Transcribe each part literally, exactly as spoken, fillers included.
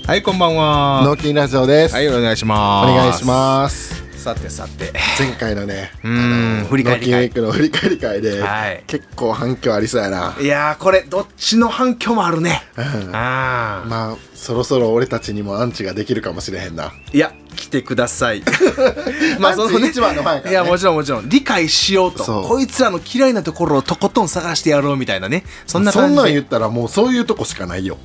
はい、こんばんは。 脳筋ラジオです。 はい、お願いします。 お願いします。 さてさて、 前回のね、 うーん振り返り会、 脳筋ウィークの振り返り会で、 はい、 結構反響ありそうやな。 いやー、これどっちの反響もあるね。 うん、 あー、 まあそろそろ俺たちにもアンチができるかもしれへんな。 いや、来てください。まあそのね、 一番の前からね。 いや、もちろんもちろん理解しようと、こいつらの嫌いなところをとことん探してやろうみたいなね、そんな感じで。 そんなん言ったらもうそういうとこしかないよ。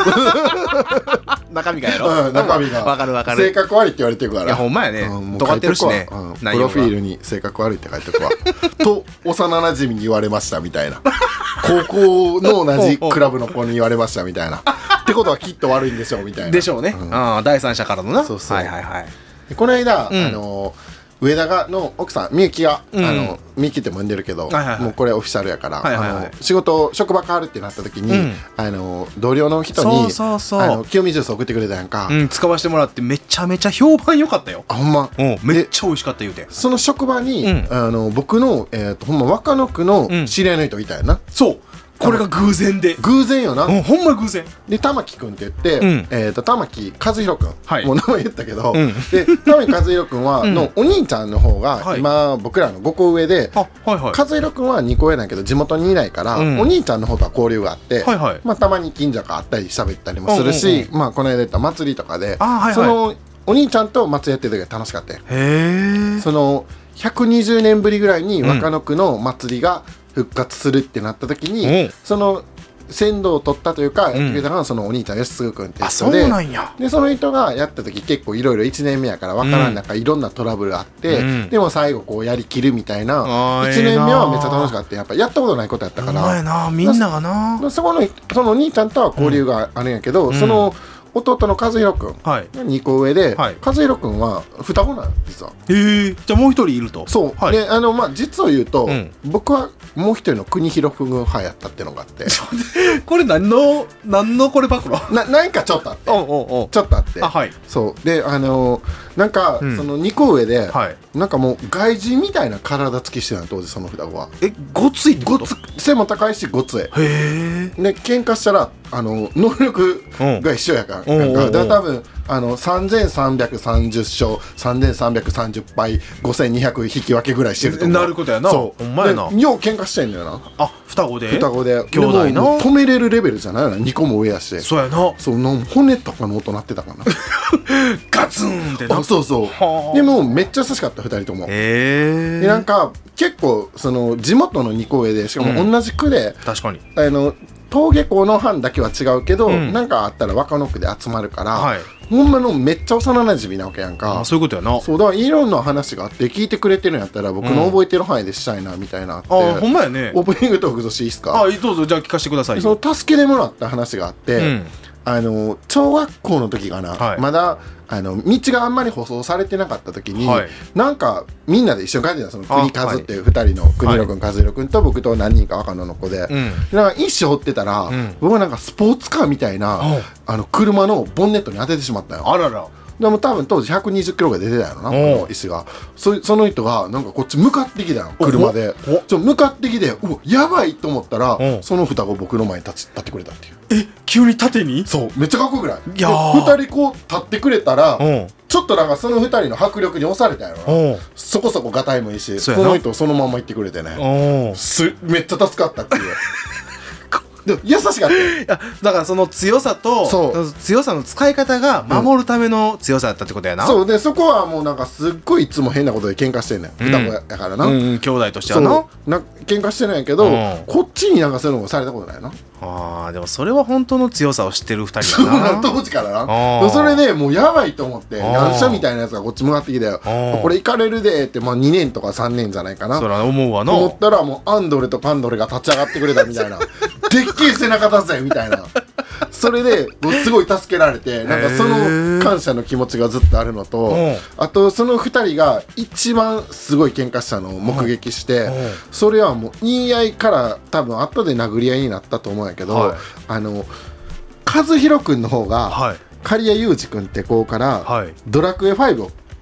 中身がやろ、 うん、中身がわかるわかる。 性格悪いって言われてるから。 いや、ほんまやね、うん、尖ってるしね、 うん、プロフィールに性格悪いって書いておくわ。と幼馴染に言われましたみたいな。高校の同じクラブの子に言われましたみたいな。ってことはきっと悪いんでしょうみたいな。 でしょうね、うん、あ、第三者からのな。 そうそう、 はいはいはい。 でこの間、 うん、 あの上田がの奥さんみゆきが、うん、あのみゆきっても呼んでるけど、はいはいはい、もうこれオフィシャルやから、はいはいはい、あの仕事職場変わるってなった時に、うん、あの同僚の人にそうそうそう、あの清見ジュース送ってくれたやんか、 うん、使わせてもらってめちゃめちゃ評判良かったよ。 あ、ほんま、 うん、めっちゃ美味しかった言うて。 その職場に、うん、あの僕の、えーと、ほんま若野区の知り合いの人いたやな、うん、そうこれが偶然で偶然よな、 うん、ほんま偶然で玉木くんって言って、うん、えーと玉木和弘くん、はい、もう名前言ったけど、うん、で玉木和弘くんは、うん、のお兄ちゃんの方が、はい、今僕らのごこ上で、はいはい、和弘くんはにこ上だけど地元にいないから、うん、お兄ちゃんの方とは交流があって、はいはい、まあ、たまに近所があったり喋ったりもするし、うんうんうん、まあ、この間言った祭りとかで、はいはい、そのお兄ちゃんと祭りやってる時は楽しかったよ。へー。そのひゃくにじゅうねんぶりぐらいに若野区の祭りが復活するってなった時に、うん、その先導を取ったというか、やってくれたのがそのお兄ちゃん吉嗣君っていう人で、 そうなんや。 でその人がやった時結構いろいろいちねんめやから分からん中、うん、いろんなトラブルあって、うん、でも最後こうやりきるみたいな、いちねんめはめっちゃ楽しかった。やっぱやったことないことやったから、 お前な、みんながな、 そこのそのお兄ちゃんとは交流があるんやけど、うん、その弟の和弘くんがにこ上で、はい、和弘くんは双子なん実は。 へえ。じゃあもう一人いると。 そう、はい、であの、まあ、実を言うと、うん、僕はもう一人の国広くん派やったっていうのがあってこれ何の何のこれ暴露な、なんかちょっとあっておうおうおうちょっとあって、あ、はい、そうであのー、なんか、うん、そのにこ上で、はい、なんかもう外人みたいな体つきしてたの当時その双子は。 え、ごついってこと？ ごつ背も高いしごつい。へえ。で喧嘩したらあの能力が一緒やから、うん、なんかだから多分あのさんぜんさんびゃくさんじゅっ勝さんぜんさんびゃくさんじゅう敗ごせんにひゃく引き分けぐらいしてると思う。 なることやな。そう、ほんまやな。 よう喧嘩してんだよな。 あ、双子で双子で兄弟な。 止めれるレベルじゃないよな。にこも上やして。 そうやな。 そうの骨とかの音鳴ってたかなガツンってな。 あ、そうそうでもめっちゃ優しかったふたりとも。へえ。でなんか結構その地元のにこ上でしかも同じ区で、 うん、確かにあの登下校の班だけは違うけど、うん、なんかあったら若野区で集まるから、はい、ほんまのめっちゃ幼なじみなわけやんか。 あ、そういうことやな。 そうだからいろんな話があって聞いてくれてるんやったら僕の覚えてる範囲でしたいなみたいなあって、 うん、あ、ほんまやね。 オープニングトークとしていいっすか？ あ、どうぞ。じゃあ聞かせてくださいよ。 その助けてもらった話があって、うん、あの小学校の時かな、はい、まだあの道があんまり舗装されてなかった時に、はい、なんかみんなで一緒に帰ってたその国和っていうふたりの国広君和弘君と僕と何人か若野の子で、うん、なんか一生追ってたら、うん、僕はなんかスポーツカーみたいな、うん、あの車のボンネットに当ててしまったよ。 あらら。 でも多分当時ひゃくにじゅっキロが出てたやろな、この石が。 そ, その人がなんかこっち向かってきたよ車で。ちょ向かってきてうわやばいと思ったらその双子僕の前に立ち立ってくれたっていう。 え、急に縦に？ そうめっちゃかっこよくない？いやーふたりこう立ってくれたらちょっとなんかそのふたりの迫力に押されたやろな。そこそこがたいもいいしその人そのまま行ってくれてねすめっちゃ助かったっていうでも優しかった。いやだからその強さとそう強さの使い方が守るための強さだったってことやな、 うん、そうでそこはもうなんかすっごいいつも変なことで喧嘩してんねん、うん、双子やからな、 うんうん、兄弟としてはなな喧嘩してないけど、うん、こっちになんかそういうのもされたことないな。 あーでもそれは本当の強さを知ってるふたりだな当時からな。それでもうやばいと思ってヤンシャみたいなやつがこっち向かってきたよ。これ行かれるでって、まあ、にねんとかさんねんじゃないかな。 そら思うわな。 思ったらもうアンドレとパンドレが立ち上がってくれたみたいなでっけえ背中立つぜみたいなそれですごい助けられてなんかその感謝の気持ちがずっとあるのと、あとそのふたりが一番すごい喧嘩したのを目撃して、それはもう言い合いから多分後で殴り合いになったと思うんやけど、はい、あの和弘君の方が、はい、刈谷裕二君って子から、はい、ドラクエファイブを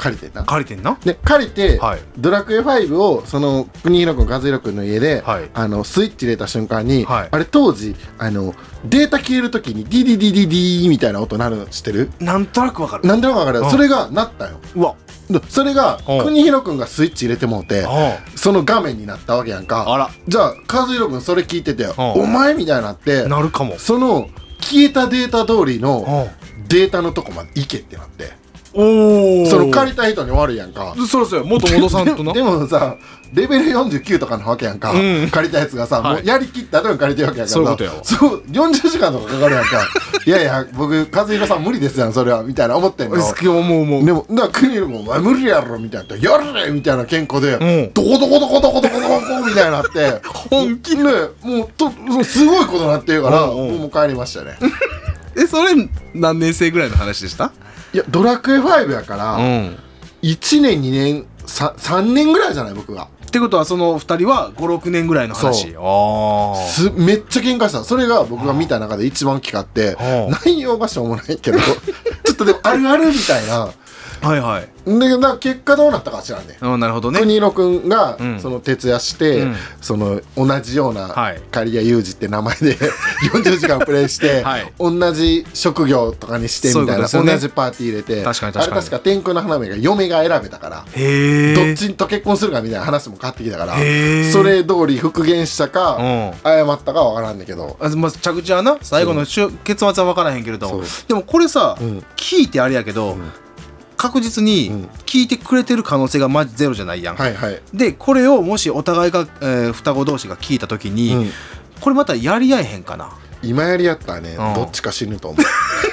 借りてんな借りてんなで借りて、はい、ドラクエファイブをその国広君和弘君の家で、はい、あのスイッチ入れた瞬間に、はい、あれ当時あのデータ消えるときにディディディディディみたいな音鳴るの知ってる？ なんとなくわかるなんとなくわかる、うん、それが鳴ったよ。 うわそれが国広君がスイッチ入れてもうてその画面になったわけやんか。 あらじゃあ和弘君それ聞いててお前みたいになってなるかも。 その消えたデータ通りのデータのとこまで行けってなって、 おその借りた人に悪いやんか。 そろそろ元戻さんとなでもさレベルよんじゅうきゅうとかのわけやんか、うん、借りたやつがさ、はい、もうやりきった後に借りてるわけやから、そういうことよ。そうよんじゅうじかんとかかかるやんかいやいや僕和弘さん無理ですやんそれはみたいな思ってんの。 思う思う。 でもだから国広もお前無理やろみたいなやるねみたいな健康で、うん、どこどこどこどこどこどこみたいになって本気ねもうとすごいことになってるから、うんうん、もう帰りましたねえそれ何年生ぐらいの話でした？ いやドラクエファイブやから、うん、いちねんにねん 3, さんねんぐらいじゃない僕が。 ってことはそのふたりはごろくねんぐらいの話。 あすめっちゃ喧嘩した。それが僕が見た中で一番大きかって内容がしょうもないけどちょっとでもあるあるみたいなはいはい。 でな結果どうなったか知らんね。 あなるほどね。 国広君が、うん、その徹夜して、うん、その同じような、はい、刈谷裕二って名前でよんじゅうじかんプレイして、はい、同じ職業とかにしてみたいな、ね、同じパーティー入れて、 確かに確かにあれ確か天空の花嫁が嫁が選べたからへどっちと結婚するかみたいな話も変わってきたからそれ通り復元したか、うん、謝ったかは分からんねんけど、 あ、まあ、着地はな最後の結末は分からへんけれども、でもこれさ、うん、聞いてあれやけど、うん確実に聞いてくれてる可能性がマジゼロじゃないやん、 はいはい、 でこれをもしお互いが、えー、双子同士が聞いた時に、うん、これまたやり合えへんかな。 今やりやったらね、うん、どっちか死ぬと思う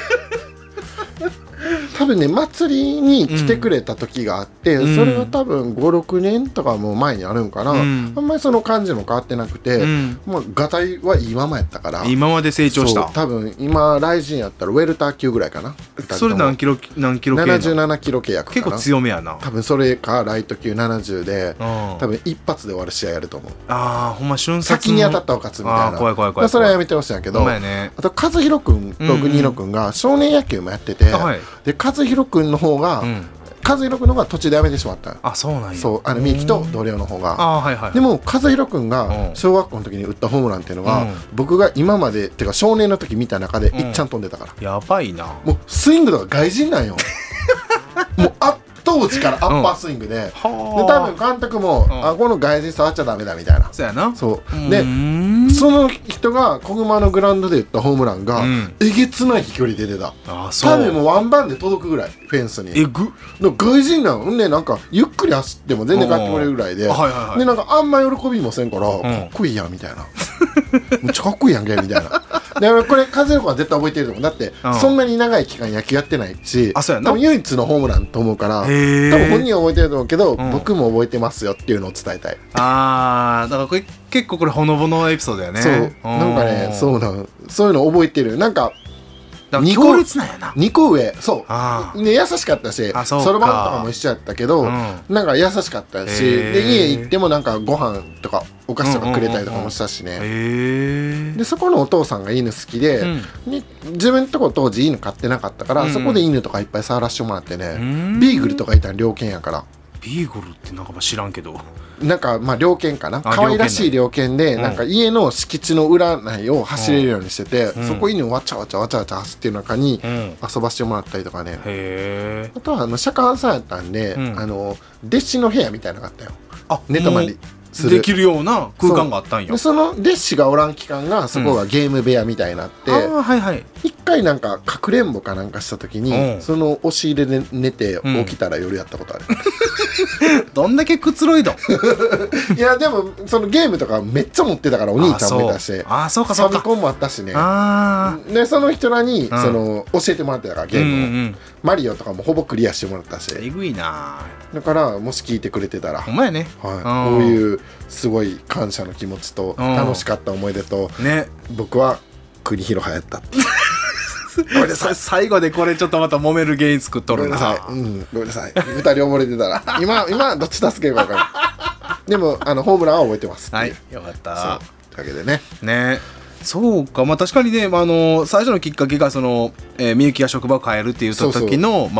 多分ね祭りに来てくれた時があって、うん、それが多分ごろくねんとかも前にあるんかな、うん、あんまりその感じも変わってなくて、うん、もうガタイはいいままやったから今まで成長した。 多分今ライジンやったらウェルター級ぐらいかな。 それ何キロ何キロ系なの？ ななじゅうななキロ契約かな。 結構強めやな。 多分それかライト級ななじゅうで多分一発で終わる試合やると思う。 ああほんま瞬殺先に当たった方が勝つみたいな。 怖い怖い怖い。 それはやめてほしいんやけど、 ね、 あと和弘君と国広君が少年野球もやってて、うんうん、で和弘君の方が、うん、和弘君の方が途中でやめてしまった。 あ、そうなんや。 そうあのミキと同僚の方が。 あ、はいはい、 でも和弘君が小学校の時に打ったホームランっていうのが、うん、僕が今までてか少年の時見た中でいっちゃん飛んでたから、 うん、やばいな。 もうスイングとか外人なんよもうあ当時からアッパースイングで、うん、で多分監督も、うん、あこの外人触っちゃダメだみたいな。 そうやな。 そうでその人が小熊のグラウンドで打ったホームランが、うん、えげつない飛距離で出た。 あそう多分もうワンバンで届くぐらいフェンスに。 えぐ外人なのね。なんかゆっくり走っても全然帰ってこれるぐらいで、はいはいはい、でなんかあんま喜びもせんから、うん、かっこいいやんみたいなめっちゃかっこいいやんけみたいなでこれ和弘君は絶対覚えてると思う。だって、うん、そんなに長い期間野球やってないし、 あそうやな。 多分唯一のホームランと思うから多分本人は覚えてると思うけど、うん、僕も覚えてますよっていうのを伝えたい。 あーだからこれ結構これほのぼのエピソードやね。 そうなんかねそうなんそういうの覚えてる。なんか強烈なんやな。 にこ上そうね優しかったしそろばんとかも一緒やったけど、うん、なんか優しかったしで家行ってもなんかご飯とかお菓子とかくれたりとかもしたしね。でそこのお父さんが犬好きで、うん、自分とこ当時犬飼ってなかったから、うん、そこで犬とかいっぱい触らせてもらってね、うん、ビーグルとかいたら猟犬やから。 ビーグルってなんか知らんけどなんかまあ猟犬かな。可愛らしい猟犬で、なんか家の敷地の裏内を走れるようにしてて、そこ犬わちゃわちゃわちゃわちゃ走ってる中に遊ばしてもらったりとかね。 へあとはあの釈迦さんやったんで、あの弟子の部屋みたいなのがあったよ。 あ寝泊まりできるような空間があったんや。 その弟子がおらん期間がそこがゲーム部屋みたいになって、 うん、はいはい、 一回なんかかくれんぼかなんかした時に、うん、その押し入れで寝て起きたら夜やったことある、 うん、どんだけくつろいどいやでもそのゲームとかめっちゃ持ってたからお兄ちゃんもいたし、 あそうかそうか、 ファミコンもあったしね。 あでその人らに、うん、その教えてもらってたからゲームを、うんうん、マリオとかもほぼクリアしてもらったし。 えぐいな。 だからもし聞いてくれてたらほんまやね、 はい、こういうすごい感謝の気持ちと楽しかった思い出と、 ね、 僕は国広派やったってごめんなさい最後でこれちょっとまた揉める原因作っとるな。 ごめんなさい、うん、ごめんなさいふたり溺れてたら今今どっち助けるか分からないでもあのホームランは覚えてますっていう。 はいよかった。 というわけでねねそうか、まあ確かにね、まあ、あの最初のきっかけがその、えー、みゆきが職場を変えるっていう時のまあ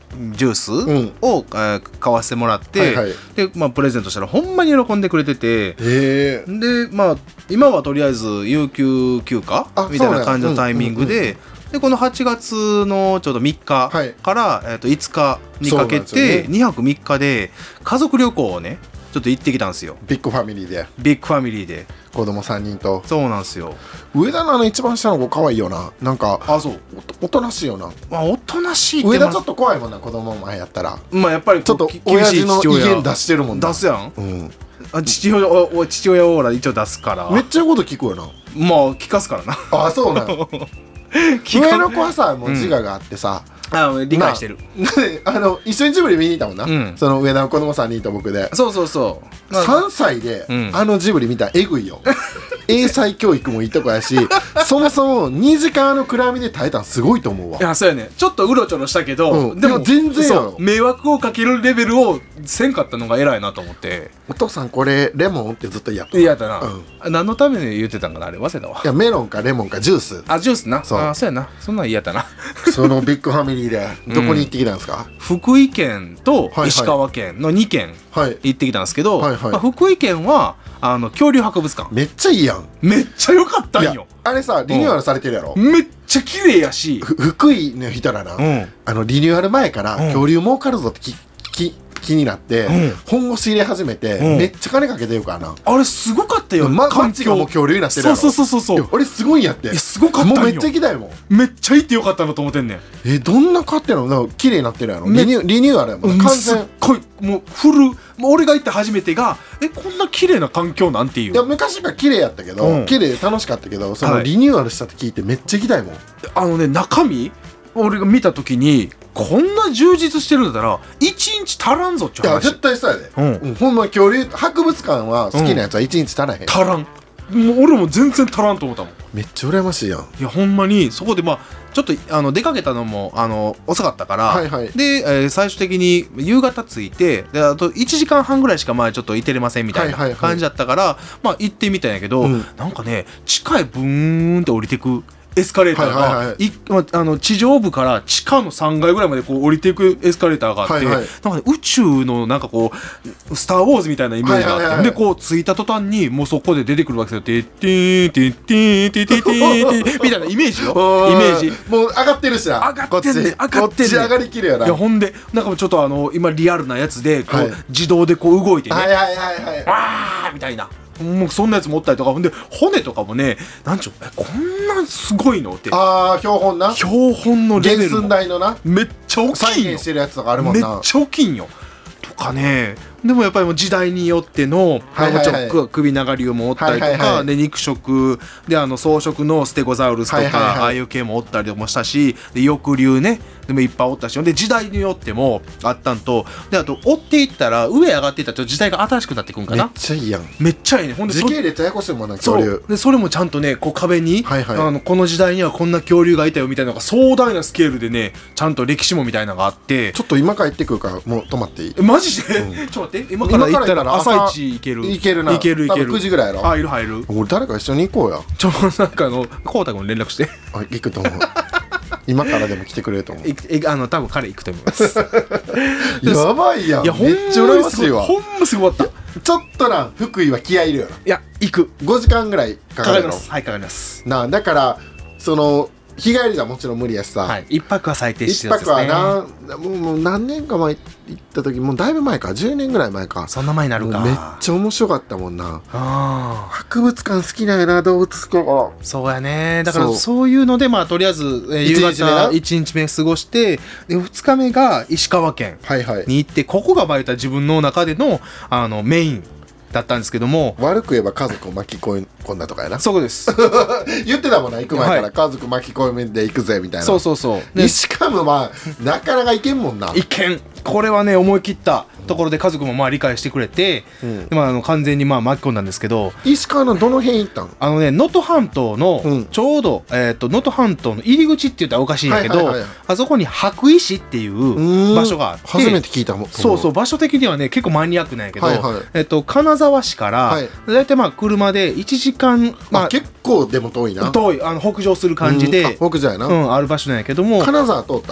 ジュースを、うん、買わせてもらって、はいはい、でまあ、プレゼントしたらほんまに喜んでくれてて、で、まあ、今はとりあえず有給休暇みたいな感じのタイミングで、でこのはちがつのちょうどみっかから、はい、えー、といつかにかけてにはくみっかで家族旅行をねちょっと行ってきたんですよ。 ビッグファミリーでビッグファミリーで子供さんにんと。 そうなんですよ。 上田のあの一番下の子可愛いよな。なんかあ、そう、 おとなしいよな。 まあおとなしいって、 上田ちょっと怖いもんな、子供前やったら。 まあやっぱりちょっと親父の威厳出してるもんな。 出すやん、 うん、 あ、父親お父親オーラ一応出すから。 めっちゃ言うこと聞くよな。 まあ聞かすからな。 あ、そうなの上の子はさ、もう自我があってさ、 うん、あ、理解してる。 あの一緒にジブリ見に行ったもんな、うん、その上田の子供さんにんと僕で。 そうそうそう、 さんさいで、うん、あのジブリ見たらえぐいよ英才教育もいいとこやしそもそもにじかんあの暗闇で耐えたんすごいと思うわ。 いや、そうやね、ちょっとうろちょろしたけど、 うん、でも全然やろ。 迷惑をかけるレベルをせんかったのが偉いなと思って。 お父さんこれレモンってずっと嫌だ嫌だな、うん、何のために言ってたんかな、あれ忘れたわ。 いや、メロンかレモンかジュース。 あ、ジュースな。 そう、 あ、そうやな、そんなん嫌だなそのビッグファミリーでどこに行ってきたんですか？ うん、福井県と石川県のにけん行ってきたんですけど、はいはい、まあ、福井県はあの恐竜博物館めっちゃいいやん。 めっちゃ良かったんよ。 あれさ、リニューアルされてるやろ。 めっちゃ綺麗やし、 福井の人らな、うん、あのリニューアル前から恐竜儲かるぞってきき気になって、うん、本腰入れ始めて、うん、めっちゃ金かけてるからな。 あれすごかったよ、 ま、街がもう恐竜になってるやろ。 そうそうそうそう、 あれすごいんやって。 すごかったんよ。 もうめっちゃ行きたいもん。 めっちゃ行ってよかったなと思ってんねん。 え、どんな買ってんの？なんか綺麗になってるやろ。リニューリニューアルやもん、完全。すっごいもうフル、もう俺が行って初めてが、え、こんな綺麗な環境なんていう。 いや、昔から綺麗やったけど、うん、綺麗楽しかったけど、そのリニューアルしたって聞いてめっちゃ行きたいもん。 あのね、中身俺が見た時にこんな充実してるんだったらいちにち足らんぞっちゅう話。 いや、絶対そうやで、うんうん、ほんま恐竜博物館は好きなやつはいちにち足らへん、うん、 足らん。もう俺も全然足らんと思ったもん。 めっちゃ羨ましいやん。 いや、ほんまにそこでまあちょっとあの出かけたのもあの遅かったから、はいはい、で、えー、最終的に夕方着いて、であといちじかんはんぐらいしかまあちょっといてれませんみたいな感じだったから、はいはいはい、まあ行ってみたんやけど、うん、なんかね、地下へブーンって降りてくエスカレーターが、はいはいはい、いまあの地上部から地下のさんがいぐらいまでこう降りていくエスカレーターがあって、はいはい、なんかね、宇宙のなんかこうスター・ウォーズみたいなイメージがあって、はいはいはい、でこう着いた途端にもうそこで出てくるわけですよ。てってーてってーてってーてーみたいなイメージよイメージ。 もう上がってるしな。 上がってんねん、上がってんねん。こっち上がりきるやな。 いや、ほんでなんかちょっとあの今リアルなやつでこう、はい、自動でこう動いてね、 はいはいはいはい、 わーみたいな、もうそんなやつ持ったりとか、ほんで骨とかもね、なんちゅう、こんなすごいのって。 ああ、標本な。 標本のレベル原寸大のな、 めっちゃ大きいよ。 再現してるやつとかあるもんな。 めっちゃ大きいんよ。とかね。でもやっぱりもう時代によっての、はいはいはい、ちょっと首長竜もおったりとか、はいはいはい、で肉食であの草食のステゴザウルスとか、はいはいはい、ああいう系もおったりもしたし、で翼竜ね、でもいっぱいおったし、で時代によってもあったんと、であと追っていったら上上がっていったらちょっと時代が新しくなっていくんかな。 めっちゃいいやん。 めっちゃいいね。ほんで時系列ややこしいもんな、恐竜。 でそれもちゃんとね、こう壁に、はいはい、あのこの時代にはこんな恐竜がいたよみたいなのが壮大なスケールでね、ちゃんと歴史もみたいなのがあって。 ちょっと今から行ってくるからもう止まっていい？ マジで、うん、ちょっと待って、今から行って朝一行ける。 行けるな。 行ける行ける。 くじぐらいやろ。 あ、いる入る。 俺誰か一緒に行こうや。 ちょなんかあのこうたくん連絡して。 あ、行くと思う。今からでも来てくれると思う。 えあの多分彼行くと思います。 やばいやん。いや、めっちゃ羨ましいわ。 ほんますごかった。 ちょっとな、福井は気合いるよな。 いや、行く。 ごじかんぐらいかかるの。かかります。 はい、かかります。 なあ、だからその日帰りじゃもちろん無理やしさ、 はい、一泊は最低必要ですね。 一泊はな、もう、もう何年か前行った時、もうだいぶ前か、じゅうねんぐらい前か。 そんな前になるか。 めっちゃ面白かったもんな。あ、博物館好きなんやな、動物とか。 そうやね。だからそういうので、まあとりあえず、えー、夕方いちにちめ過ごして、でふつかめが石川県に行って、はいはい、ここがまあ言ったら自分の中でのあのメインだったんですけども、 悪く言えば家族を巻き込んだとかやな。 そうです。 言ってたもんな、行く前から、はい、家族巻き込みで行くぜみたいな。 そうそうそう。 しかもまあなかなか行けんもんな。 行けん。これはね、思い切ったところで家族もまあ理解してくれて、うん、でまあ、あの完全にまあ巻き込んだんですけど、 石川のどの辺行ったん？ あのね、能登半島の、うん、ちょうど能登、えー、半島の入り口って言ったらおかしいんやけど、はいはいはい、あそこに白石っていう場所があって、 初めて聞いたもん。 そうそう、場所的にはね結構マニアックなんやけど、はいはい、えー、と金沢市から、はい、だいたいまあ車でいちじかん、まあ、 結構でも遠いな。 遠い、あの北上する感じで、 うん、北上やな、 うん、ある場所なんやけども、 金沢通った？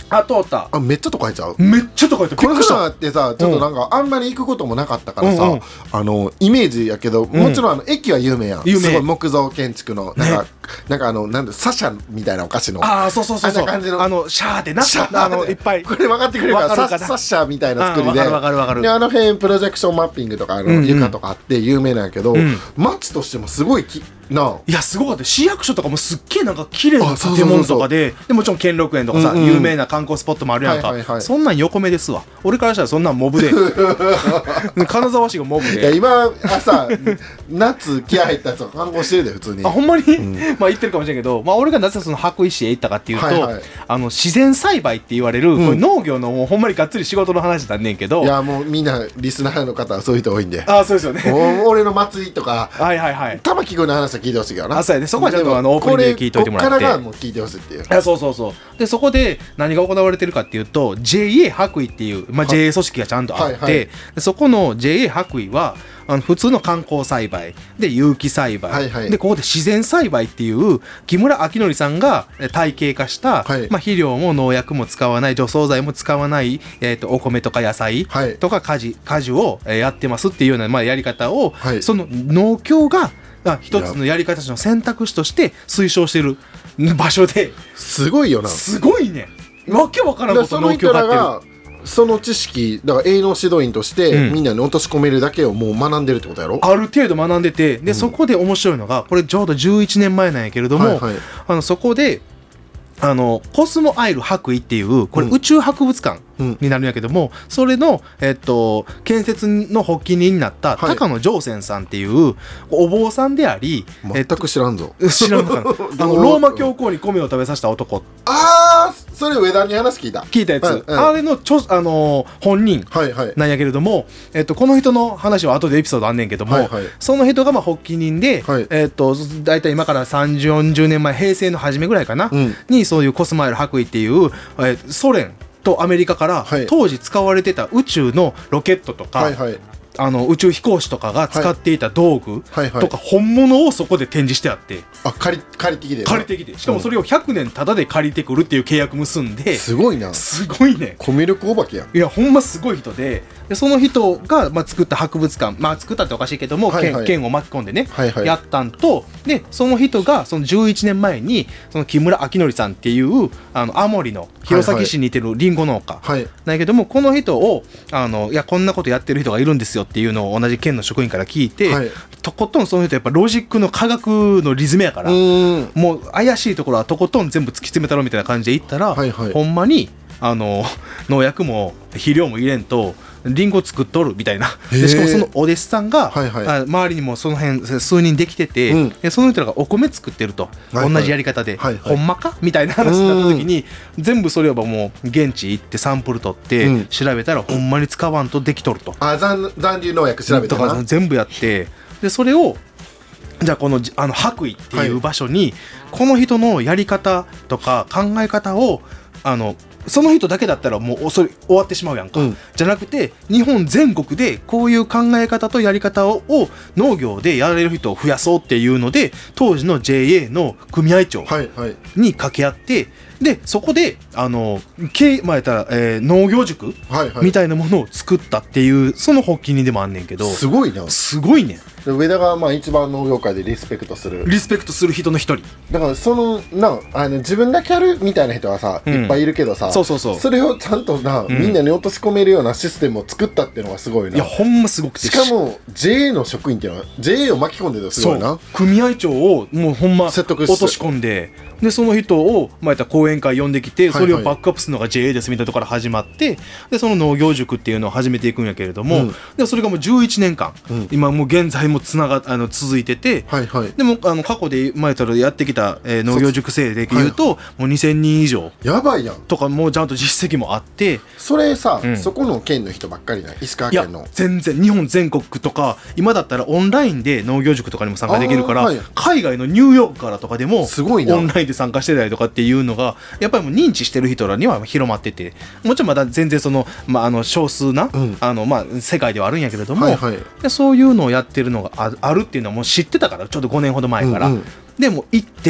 あ、通った。 あ、めっちゃ都会ちゃう。 めっちゃ都会。 この島ってさ、ちょっとなんかあんまり行くこともなかったからさ、うんうん、あのイメージやけど、もちろんあの駅は有名やん。有名。すごい木造建築のなんか、ね、なんかあのなんでサシャみたいなお菓子の。 ああ、そうそうそうそう。 あんな感じの。 あのシャーでな。シャーあのいっぱい。 これ分かってくれるから、ササッシャーみたいな作りで。 わかるわかる。 であの辺プロジェクションマッピングとかあの床とかあって有名なんやけど、うん、街としてもすごいき。 ないやすごかった。市役所とかもすっげえなんか綺麗な建物とかで、でもちろん兼六園とかさ、うんうん、有名な観光スポットもあるやんか、はいはいはい、そんなん横目ですわ。俺からしたらそんなんモブで金沢市がモブで。 いや今さ夏気合入ったやつは観光してるで普通に。 あほんまに、うん、まあ言ってるかもしれんけど、まあ、俺がなぜその白石へ行ったかっていうと、はいはい、あの自然栽培って言われる、うん、これ農業のもうほんまにがっつり仕事の話なんねんけど。 いやもうみんなリスナーの方はそういう人多いんで。 あそうですよね。 俺の祭りとかはいはいはい玉木君の話は聞いてほしいからな。 あそうやね。そこはちゃんとあのオープニングで聞いといてもらって。 こっからがもう聞いてほしいっていう。 あそうそうそう。でそこで何が行われてるかっていうと ジェイエー 白衣っていう、まあ、ジェイエー 組織がちゃんとあって、はいはい、でそこの ジェイエー 白衣はあの普通の観光栽培で有機栽培、はいはい、でここで自然栽培っていう木村明則さんが体系化した、はい、まあ、肥料も農薬も使わない除草剤も使わない、えー、とお米とか野菜とか果樹、果樹をやってますっていうような、まあ、やり方を、はい、その農協が一つのやり方の選択肢として推奨している場所で。 すごいよな。 すごいね。わけわからんこと農協がやってる。 その知識だから営農指導員として、うん、みんなに落とし込めるだけをもう学んでるってことやろ。 ある程度学んでて、で、うん、そこで面白いのがこれちょうどじゅういちねんまえなんやけれども、はいはい、あのそこであのコスモアイル白衣っていうこれ宇宙博物館になるんやけども、うん、それの、えっと、建設の発起人になった高野上泉さんっていうお坊さんであり、 全く知らんぞ、 えっと、知らんのかなあのローマ教皇に米を食べさせた男。 あーそれ上田に話聞いた聞いたやつ、はいはい、あれのちょ、あのー、本人なんやけれども、はいはい、えっと、この人の話は後でエピソードあんねんけども、はいはい、その人がまあ発起人で、はい、えっと、だいたい今からさんじゅう、よんじゅうねんまえ平成の初めぐらいかな、うん、にそういうコスモアイル白衣っていう、えー、ソ連とアメリカから当時使われてた宇宙のロケットとか、はいはい、あの宇宙飛行士とかが使っていた道具とか本物をそこで展示してあって、 あ借り借りてきて借りてきてしかもそれをひゃくねんタダで借りてくるっていう契約結んで、 すごいな。 すごいね。 コミュ力お化けやん。 いやほんますごい人で、でその人が、まあ、作った博物館、まあ作ったっておかしいけども、はいはい、県を巻き込んでね、はいはい、やったんと、でその人がそのじゅういちねんまえにその木村明則さんっていうあの青森の弘前市に似てるリンゴ農家、はいはい、だけどもこの人をあのいやこんなことやってる人がいるんですよっていうのを同じ県の職員から聞いて、はい、とことんその人やっぱロジックの科学のリズムやから、もう怪しいところはとことん全部突き詰めたろみたいな感じでいったら、はいはい、ほんまにあの農薬も肥料も入れんとリンゴ作っとるみたいな。でしかもそのお弟子さんが、はいはい、あ周りにもその辺数人できてて、うん、でその人らがお米作ってると、はいはい、同じやり方で、はいはい、ほんまかみたいな話になった時に、全部それはもう現地行ってサンプル取って、うん、調べたらほんまに使わんとできとると。 あ 残, 残留農薬調べたなとか全部やって、でそれをじゃあこのあの白衣っていう場所に、はい、この人のやり方とか考え方をあのその人だけだったらもうそれ終わってしまうやんか、うん、じゃなくて日本全国でこういう考え方とやり方 を, を農業でやられる人を増やそうっていうので、当時の ジェイエー の組合長に掛け合って、はいはい、でそこであの、まあやったらえー、農業塾みたいなものを作ったっていう、はいはい、その発起人でもあんねんけど、 すごいな。 すごいね。 上田がまあ一番農業界でリスペクトするリスペクトする人の一人だから、そのなあの自分だけやるみたいな人はさ、うん、いっぱいいるけどさ、 そうそうそう、 それをちゃんとな、うん、みんなに落とし込めるようなシステムを作ったっていうのがすごいな。 いやほんますごくて、 しかも ジェイエー の職員っていうのは ジェイエー を巻き込んでるのすごいな。 そう組合長をもうほんま説得落とし込んで、でその人を、まあ、やった講演会呼んできて、それをバックアップするのが ジェイエー ですみたいなところから始まって、でその農業塾っていうのを始めていくんやけれども、うん、でそれがもうじゅういちねんかん、うん、今もう現在もつながあの続いてて、はいはい、でもあの過去で前からやってきた、えー、農業塾生でいうと、はい、もうにせんにん以上やばいやんとか、もうちゃんと実績もあって、 それさ、うん、そこの県の人ばっかりな、石川県の。 いや全然日本全国とか、今だったらオンラインで農業塾とかにも参加できるから、はい、海外のニューヨークからとかでもすごいな、オンラインで参加してたりとかっていうのがやっぱりもう認知してる人らには広まってて、もちろんまだ全然その、まあ、あの少数な、うん、あのまあ、世界ではあるんやけれども、はいはい、でそういうのをやってるのが あ, あるっていうのはもう知ってたから、ちょうどごねんほど前から、うんうん、でも行って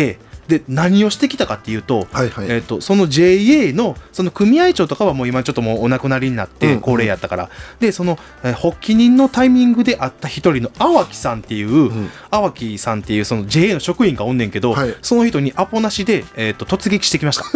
で何をしてきたかっていうと、 はいはい、 えー、とその ジェーエー のその組合長とかはもう今ちょっともうお亡くなりになって高齢やったから、うんうん、でその、えー、発起人のタイミングであった一人の淡木さんっていう、うん、淡木さんっていうその ジェーエー の職員がおんねんけど、はい、その人にアポなしで、えー、と突撃してきました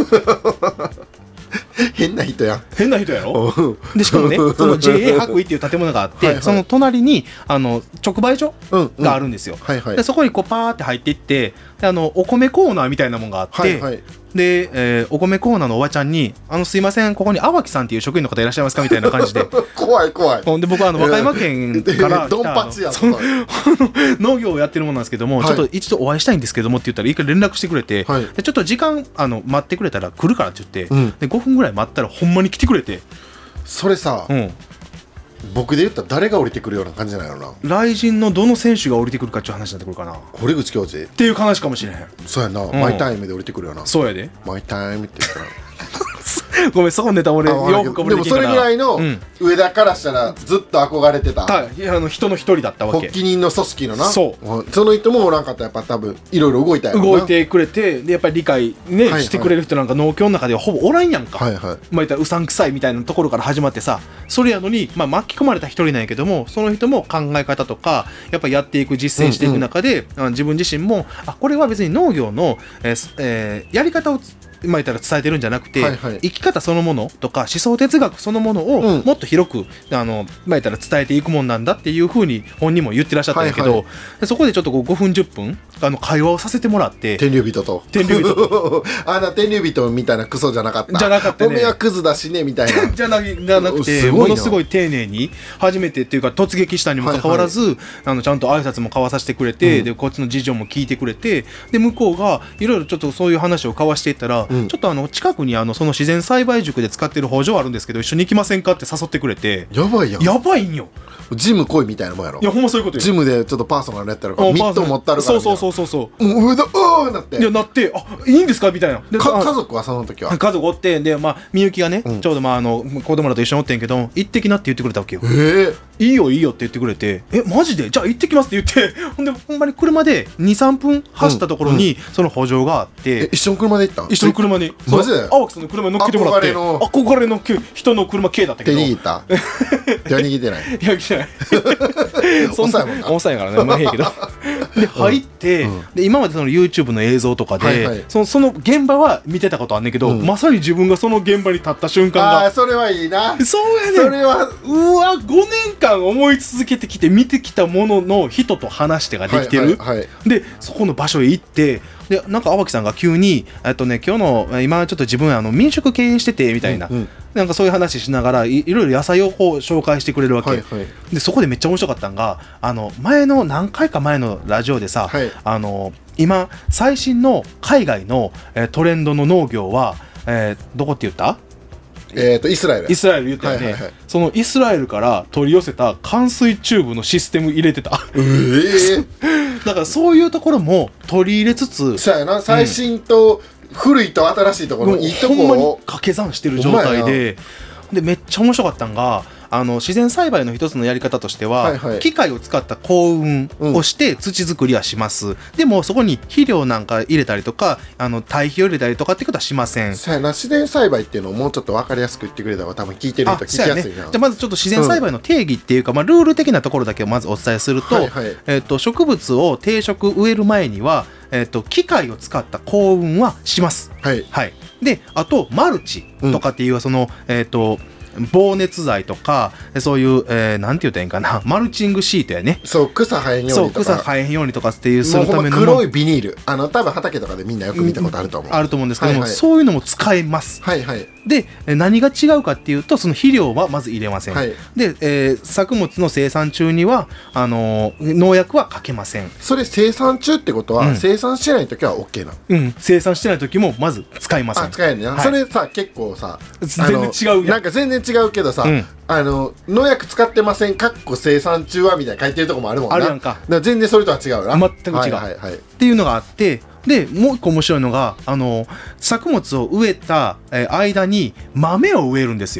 変な人や変な人やろでしかもねその ジェーエー 白衣っていう建物があってはい、はい、その隣にあの直売所があるんですよ、うんうんはいはい、でそこにこうパーって入っていってであのお米コーナーみたいなものがあって、はいはい、で、えー、お米コーナーのおばちゃんにあのすいませんここに淡木さんっていう職員の方いらっしゃいますかみたいな感じで怖い怖いで僕はあの和歌山県からドンパチやその農業をやってるものなんですけども、はい、ちょっと一度お会いしたいんですけどもって言ったら一回連絡してくれて、はい、でちょっと時間あの待ってくれたら来るからって言って、うん、でごふんぐらい待ったらほんまに来てくれてそれさ、うん、僕で言ったら誰が降りてくるような感じなんやろな雷神のどの選手が降りてくるかっていう話になってくるかな堀口教授っていう話かもしれへんそうやな、うん、マイタイムで降りてくるよなそうやでマイタイムって言ったらごめんそこネタ俺よくかぶれてきたからでもそれぐらいの上田からしたらずっと憧れてた、 はい、あの人の一人だったわけ発起人の組織のなそうその人もおらんかったらやっぱ多分いろいろ動いたやろな動いてくれてでやっぱり理解、ねはいはい、してくれる人なんか農協の中ではほぼおらんやんか、はいはい、まあ言ったらうさんくさいみたいなところから始まってさそれやのに、まあ、巻き込まれた一人なんやけどもその人も考え方とかやっぱやっていく実践していく中で、うんうん、自分自身もあこれは別に農業の、えーえー、やり方を今言ったら伝えてるんじゃなくて、はいはい、生き方そのものとか思想哲学そのものをもっと広く、うん、あの今言ったら伝えていくもんなんだっていうふうに本人も言ってらっしゃったんだけど、はいはい、そこでちょっとこうごふんじゅっぷんあの会話をさせてもらって天竜人と天竜人とあんな天竜人みたいなクソじゃなかったじゃなかったねおめはクズだしねみたいなじゃ な, じゃなくてものすごい丁寧に初めてっていうか突撃したにもかかわらず、はいはい、あのちゃんと挨拶も交わさせてくれて、うん、でこっちの事情も聞いてくれてで向こうがいろいろちょっとそういう話を交わしていったら、うん、ちょっとあの近くにあのその自然栽培塾で使ってる補助あるんですけど一緒に行きませんかって誘ってくれてやばいやんやばいんよジム来いみたいなもんやろいやほんまそういうことよジムでちょっとパーソナルやったらミット持ったるからそうそうそうそうもう上だうーなっていやなってあいいんですかみたいなでか家族はその時は家族おってでまあみゆきがね、うん、ちょうどまああの子供らと一緒におってんけど行ってきなって言ってくれたわけよえー、 いいよいいよって言ってくれてえマジでじゃあ行ってきますって言ってほんでほんまに車で にさんぷん走ったところに、うんうん、その補助があってえ一緒の車で行ったん一緒の車にマジで青木さんの車に乗っけてもらって憧れの憧れの人の車系だったけど手握った手は握ってない手は握ってないそんな重さやからねまあいいけどで入って、うん、で今までその YouTube の映像とかで、はいはい、そのその現場は見てたことあんねんけど、うん、まさに自分がその現場に立った瞬間があそれはいいなそうやねんそれはうわごねんかん思い続けてきて見てきたものの人と話してができてる、はいはいはい、でそこの場所へ行ってでなんか淡木さんが急にえっとね今日の今ちょっと自分あの民宿経営しててみたいな、うんうん、なんかそういう話しながら い, いろいろ野菜をこう紹介してくれるわけ、はいはい、でそこでめっちゃ面白かったのがあの前の何回か前のラジオでさ、はい、あの今最新の海外の、えー、トレンドの農業は、えー、どこって言ったえー、とイスラエルイスラエル言ったよね、はいはいはい、そのイスラエルから取り寄せた灌水チューブのシステム入れてた、 えー、 だからそういうところも取り入れつつそうやな最新と古いと新しいところのいいところをほんまに掛け算してる状態ででめっちゃ面白かったんがあの自然栽培の一つのやり方としては、はいはい、機械を使った耕運をして土作りはします、うん、でもそこに肥料なんか入れたりとかあの堆肥を入れたりとかってことはしません。 そうやな自然栽培っていうのをもうちょっと分かりやすく言ってくれたら多分聞いてる人聞きやすいな、ね、 じゃあまずちょっと自然栽培の定義っていうか、うんまあ、ルール的なところだけをまずお伝えすると、はいはいえー、と植物を定植植える前にはえー、と機械を使った耕運はします、 はいはい、であとマルチとかっていう、うん、そのえっ、ー、と防熱剤とかそういう、えー、なんて言ったらいいんかなマルチングシートやねそう草生えんようにとかそう草生えんようにとかっていうするための黒いビニールあの多分畑とかでみんなよく見たことあると思う、 うん、あると思うんですけども、はいはい、そういうのも使えます、 はいはい、 で何が違うかっていうとその肥料はまず入れません、はい、で、えー、作物の生産中にはあのー、農薬はかけません。 それ生産中ってことは、うん、生産してない時は OK なの、 うん、生産してない時もまず使いません。 あ使えるね、はい、それさ結構さ全然違うやんなんか全然違うけどさ、うんあの農薬使ってませんかっこ生産中はみたいな書いてるとこもあるもんなあるやんかだから全然それとは違うな全く違う、 はいはいはい、 っていうのがあってでもう一個面白いのがあの作物を植えた、えー、間に豆を植えるんですよ。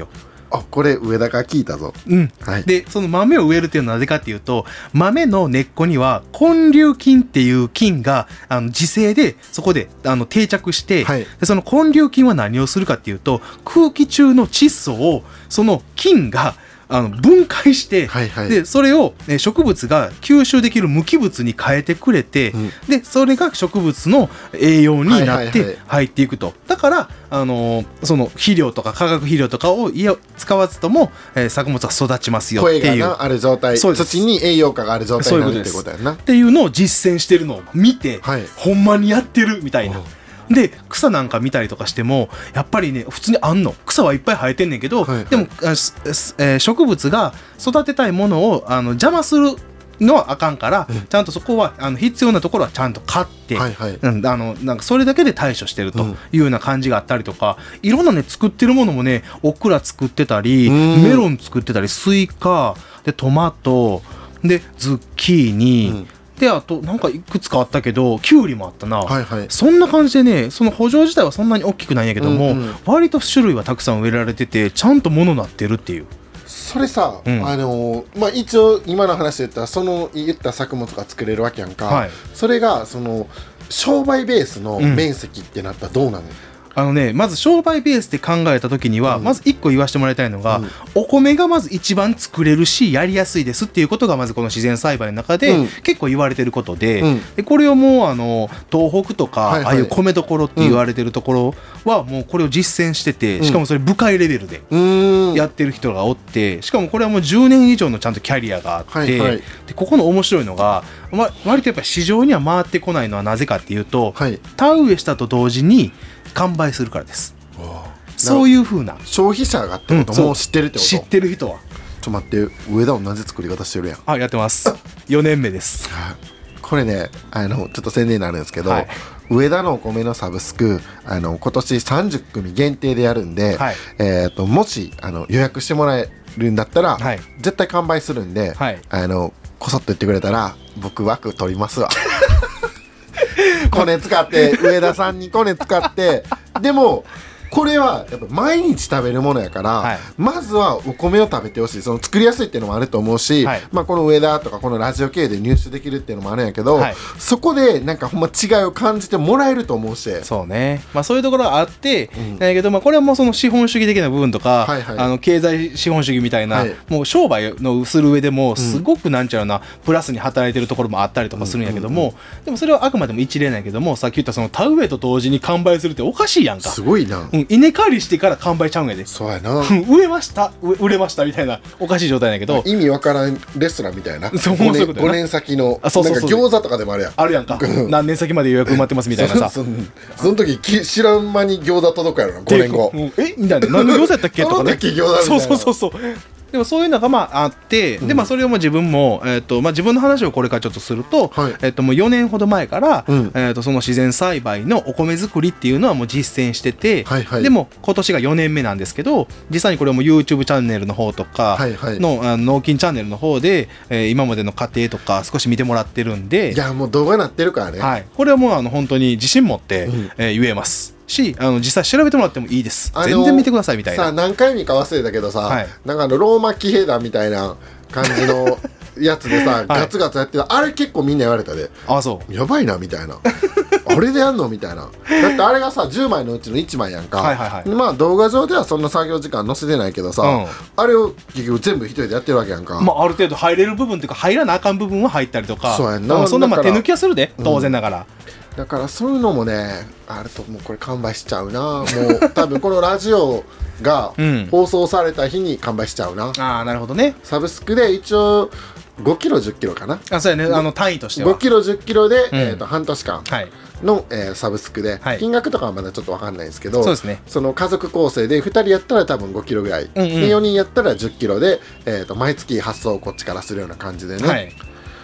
あ、これ上田から聞いたぞ。 うん、はい、でその豆を植えるっていうのはなぜかっていうと、豆の根っこには根粒菌っていう菌があの自生でそこであの定着して、はい、でその根粒菌は何をするかっていうと、空気中の窒素をその菌があの分解して、はいはい、でそれを植物が吸収できる無機物に変えてくれて、うん、でそれが植物の栄養になって入っていくと、はいはいはい、だからあのその肥料とか化学肥料とかを使わずとも、えー、作物が育ちますよっていう、 声がなある状態、土に栄養価がある状態になるってことやなっていうのを実践してるのを見て、はい、ほんまにやってるみたいな。で草なんか見たりとかしてもやっぱりね普通にあんの草はいっぱい生えてんねんけど、はいはい、でも、えー、植物が育てたいものをあの邪魔するのはあかんから、うん、ちゃんとそこはあの必要なところはちゃんと買って、はいはい、うん、あのなんかそれだけで対処してるというような感じがあったりとか、うん、いろんなね作ってるものもね、オクラ作ってたりメロン作ってたり、スイカでトマトでズッキーニ、うん、であとなんかいくつかあったけどキュウリもあったな、はいはい、そんな感じでね、その圃場自体はそんなに大きくないんやけども、うんうん、割と種類はたくさん植えられててちゃんと物なってるっていう。 それさ、うん、あのー、まあ一応今の話で言ったらその言った作物が作れるわけやんか、はい、それがその商売ベースの面積ってなったらどうなの？うん、 あのね、まず商売ベースで考えた時には、うん、まずいっこ言わせてもらいたいのが、うん、お米がまず一番作れるしやりやすいですっていうことがまずこの自然栽培の中で、うん、結構言われてること で,、うん、でこれをもうあの東北とか、はいはい、ああいう米どころって言われてるところはもうこれを実践してて、しかもそれ部会レベルでやってる人がおって、しかもこれはもうじゅうねん以上のちゃんとキャリアがあって、はいはい、でここの面白いのが、ま、割とやっぱり市場には回ってこないのはなぜかっていうと、はい、田植えしたと同時に完売するからです。そういう風な消費者がってこと、うん、もう知ってるってこと？ 知ってる人は。 ちょっと待って、上田同じ作り方してるやん。 あ、やってますよねんめです。 これね、あのちょっと宣伝になるんですけど、はい、上田のお米のサブスク、あの今年さんじゅっくみ限定でやるんで、はい、えー、ともしあの予約してもらえるんだったら、はい、絶対完売するんで、はい、あのこそっと言ってくれたら僕枠取りますわコネ使って、上田さんにコネ使ってでもこれはやっぱ毎日食べるものやから、はい、まずはお米を食べてほしい。その作りやすいっていうのもあると思うし、はい、まあ、この上田とかこのラジオ系で入手できるっていうのもあるんやけど、はい、そこでなんかほんま違いを感じてもらえると思うし、 そうね、まあ、そういうところがあって、うん、だけど、まあ、これはもうその資本主義的な部分とか、はいはい、あの経済資本主義みたいな、はい、もう商売のする上でもすごくなんちゃうな、うん、プラスに働いてるところもあったりとかするんやけども、うんうんうん、でもそれはあくまでも一例なんやけども、さっき言ったその田植えと同時に完売するっておかしいやんか。 すごいな、 うん、稲刈りしてから完売ちゃうんやで。 そうやな植えました売れましたみたいなおかしい状態だけど、 意味わからんレストランみたいな。そうそういうことやな。ごねん先のなんか餃子とかでもあるやん。 あるやんか何年先まで予約埋まってますみたいなさそ, そ, その時知らん間に餃子届くやろな、ごねんご。 えみたいな、何の餃子やったっけとかねそうそうそうそう。でもそういうのがまああって、うん、でまあそれをも自分も、えーとまあ、自分の話をこれからちょっとすると、はい、えーともうよねんほど前から、うん、えーとその自然栽培のお米作りっていうのはもう実践してて、はいはい、でも今年がよねんめなんですけど、実際にこれも YouTube チャンネルの方とかの、はいはい、あの農金チャンネルの方で、えー、今までの過程とか少し見てもらってるんで、 いやもう動画なってるからね、 はい、これはもうあの本当に自信持って、うん、えー、言えますし、あの実際調べてもらってもいいです、全然見てくださいみたいな。 さあ何回見か忘れたけどさ、はい、なんかあのローマ騎兵団みたいな感じのやつでさ、はい、ガツガツやってた、あれ結構みんな言われたで、 あ、そうやばいなみたいなあれでやんのみたいな。だってあれがさじゅうまいのうちのいちまいやんか、はいはいはい、まあ動画上ではそんな作業時間載せてないけどさ、うん、あれを結局全部一人でやってるわけやんか、 まあ、ある程度入れる部分っていうか入らなあかん部分は入ったりとか、 そうやんな、 そんなまあ手抜きはするで当然ながら、 うん、だからそういうのもねあるともうこれ完売しちゃうな。もう多分このラジオが放送された日に完売しちゃうな、うん、 ああなるほどね。 サブスクで一応ごキロじゅっキロかな。 あ、そうやね、あの単位としてはごキロじゅっキロで、うん、えー、と半年間の、はい、えー、サブスクで、はい、金額とかはまだちょっと分かんないですけど、そうですね、その家族構成でふたりやったら多分ごキロぐらい、うんうん、でよにんやったらじゅっキロで、えー、と毎月発送をこっちからするような感じでね、はい、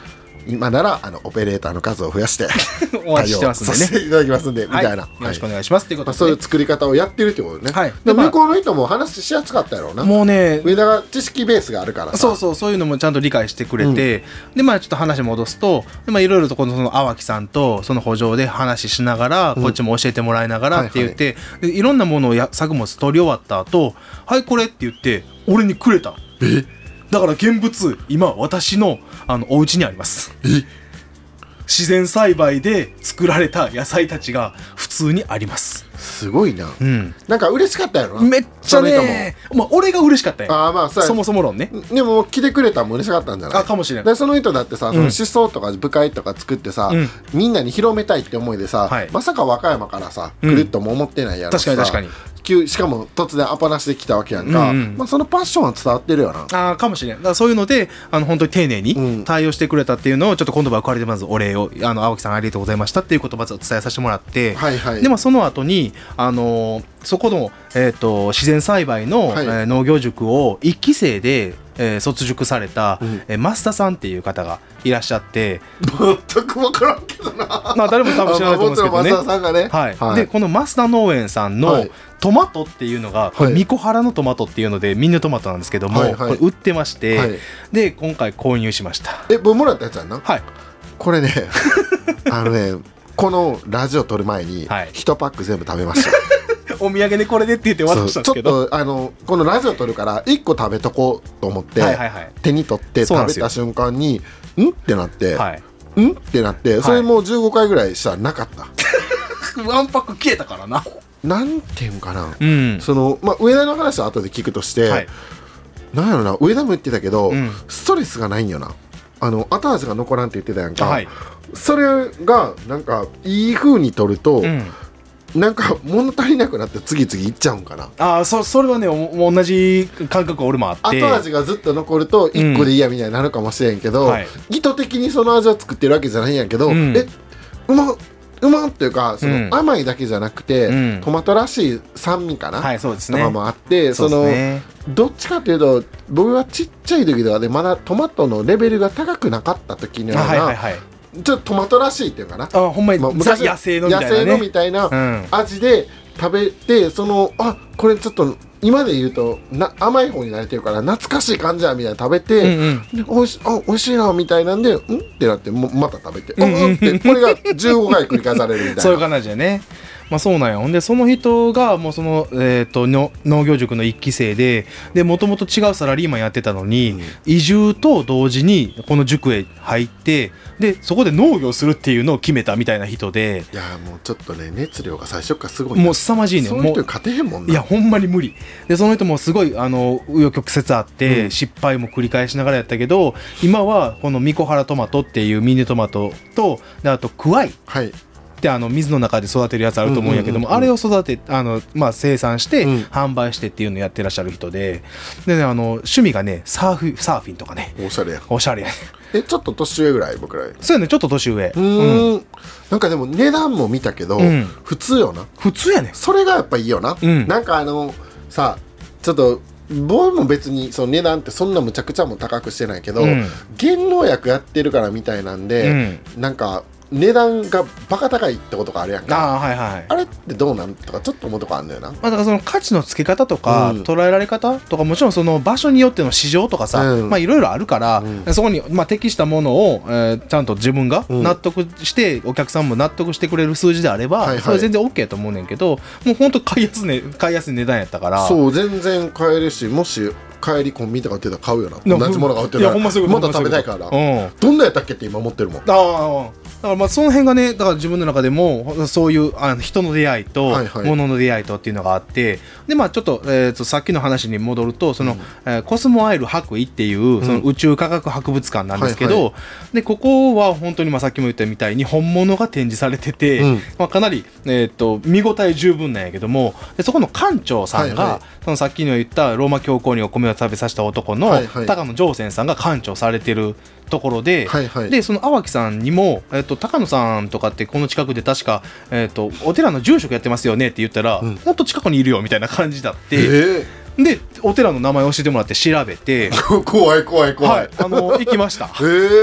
今ならあのオペレーターの数を増やしてお待ちしてますんでねさせていただきますんで、はい、みたいな、よろしくお願いしますっていうことで、 ね、まあ、そういう作り方をやってるってことね、はい、で、まあ、向こうの人も話しやすかったやろうな。 もうね、 上田が知識ベースがあるからさ、 そうそう、そういうのもちゃんと理解してくれて、うん、でまあちょっと話戻すと、でまあいろいろとこのその淡木さんとその補助で話しながら、うん、こっちも教えてもらいながらって言って、はいはい、でいろんなものをや作物取り終わった後、はいこれって言って俺にくれた。 えだから現物今私のあのお家にあります。 え自然栽培で作られた野菜たちが普通にあります。 すごいな、 うん、 なんか嬉しかったやろな。 めっちゃね、まあ、俺が嬉しかったよ。 あ、まあ、そ, そもそも論ね。 でも来てくれたらも嬉しかったんじゃない？ あ、かもしれない。 でその人だってさ、その思想とか部会とか作ってさ、うん、みんなに広めたいって思いでさ、はい、まさか和歌山からさ来るとも思ってないやろ、うん、 確かに確かに。 しかも突然アポなしで来たわけやんか、うんうん、まあ、そのパッションは伝わってるよな。 あ、かもしれない。だからそういうのであの本当に丁寧に対応してくれたっていうのをちょっと今度はこれでまずお礼を、あの青木さんありがとうございましたっていうことをまずお伝えさせてもらって、 はいはい、 でもその後にあのそこの、えー、と自然栽培の、はい、えー、農業塾をいっき生で、えー、卒塾された、うん、えー、増田さんっていう方がいらっしゃって、 全く分からんけどな。 まあ誰も多分知らないと思うんですけどね。 増田さんがね、 はいはい、でこの増田農園さんの、はい、トマトっていうのが、これ三小原のトマトっていうのでミニトマトなんですけども、はいはい、これ売ってまして、はい、で今回購入しました。 え、僕もらったやつやんな。 はい、 これねあのね、このラジオ撮る前にいちパック全部食べましたお土産でこれでって言って渡したんですけど、 ちょっとあのこのラジオ撮るからいっこ食べとこうと思って、はいはいはい、手に取って食べた瞬間にんってなって、はい、んってなって、それもうじゅうごかいぐらいしたらなかったワンパック消えたからな。 なんていうんかな、 うん、 そのまあ、上田の話は後で聞くとして、はい、なんやろな、上田も言ってたけど、うん、ストレスがないんよな。あの後味が残らんって言ってたやんか、はい、それがなんかいい風に取ると、うん、なんか物足りなくなって次々いっちゃうんかな。 ああ、そ, それはね、同じ感覚俺もあって、 後味がずっと残るといっこでいいやみたいになるかもしれんけど、うん、はい、意図的にその味を作ってるわけじゃないんやけど、うん、えうまっうまっていうか、その甘いだけじゃなくて、うん、トマトらしい酸味かな、 はい、そうですね、 とかもあって、その、ね、どっちかというと僕はちっちゃい時とかでまだトマトのレベルが高くなかった時には、はいはいはい、ちょっとトマトらしいっていうかな、 あ、ほんまに、まあ、昔野生のみたいな、ね、 野生のみたいな味で食べて、うん、そのあこれちょっと今で言うとな甘い方に慣れてるから懐かしい感じやみたいな食べて、うんうん、でおいしあ美味しいなみたいなんでうんってなってもまた食べて、うんうんってこれがじゅうごかい繰り返されるみたいなそういう感じでね。まあ、そうなんよ。ほんでその人がもうその、えー、との農業塾のいっき生でもともと違うサラリーマンやってたのに、うん、移住と同時にこの塾へ入ってでそこで農業するっていうのを決めたみたいな人で、 いやもうちょっとね熱量が最初からすごい、 もう凄まじいね。 そういう人勝てへんもんな。 いやほんまに無理で、その人もすごいあの紆余曲折あって、うん、失敗も繰り返しながらやったけど、今はこの三小原トマトっていうミニトマトとであとクワイ、はい、であの水の中で育てるやつあると思うんやけども、うんうんうんうん、あれを育てあの、まあ、生産して、うん、販売してっていうのをやってらっしゃる人で、で、ね、あの趣味がねサーフサーフィンとかね。 おしゃれやおしゃれやえちょっと年上ぐらい僕ら。 そうやね、ちょっと年上。 うーん、うん、なんかでも値段も見たけど、うん、普通よな。 普通やね。 それがやっぱいいよな、うん、なんかあのさちょっと僕も別にその値段ってそんなむちゃくちゃも高くしてないけど、うん、原農薬やってるからみたいなんで、うん、なんか値段がバカ高いってことがあるやんか。 あ、はいはい、 あれってどうなんとかちょっと思うとこあるんだよな。 まあ、だからその価値のつけ方とか、うん、捉えられ方とかもちろんその場所によっての市場とかさ、うん、まあいろいろあるから、うん、そこにまあ適したものを、えー、ちゃんと自分が納得して、うん、お客さんも納得してくれる数字であれば、はいはい、それ全然 OK と思うねんけど、もう本当買いやすね買いやすい値段やったから。 そう全然買えるし、もし帰りコンビニとか売ってたら買うよな。同じものが売ってるからまた食べたいから、うん、どんなやったっけって今思ってるもん。ああ、だからまあその辺がね、だから自分の中でもそういうあの人の出会いと物の出会いとっていうのがあって、はいはい、でまあちょっと、えー、とさっきの話に戻るとその、うんえー、コスモアイル白衣っていうその宇宙科学博物館なんですけど、うんはいはい、でここは本当にまあさっきも言ったみたいに本物が展示されてて、うんまあ、かなり、えー、と見応え十分なんやけども、でそこの館長さんが、はいはい、そのさっきの言ったローマ教皇にお米を食べさせた男の、はいはい、高野上泉さんが館長されてるところで、はいはい、でその淡木さんにも、えー、と高野さんとかってこの近くで確か、えー、とお寺の住職やってますよねって言ったら、うん、ほんと近くにいるよみたいな感じだって、えー、でお寺の名前を教えてもらって調べて怖い怖い怖い、はい、 あの行きましたえー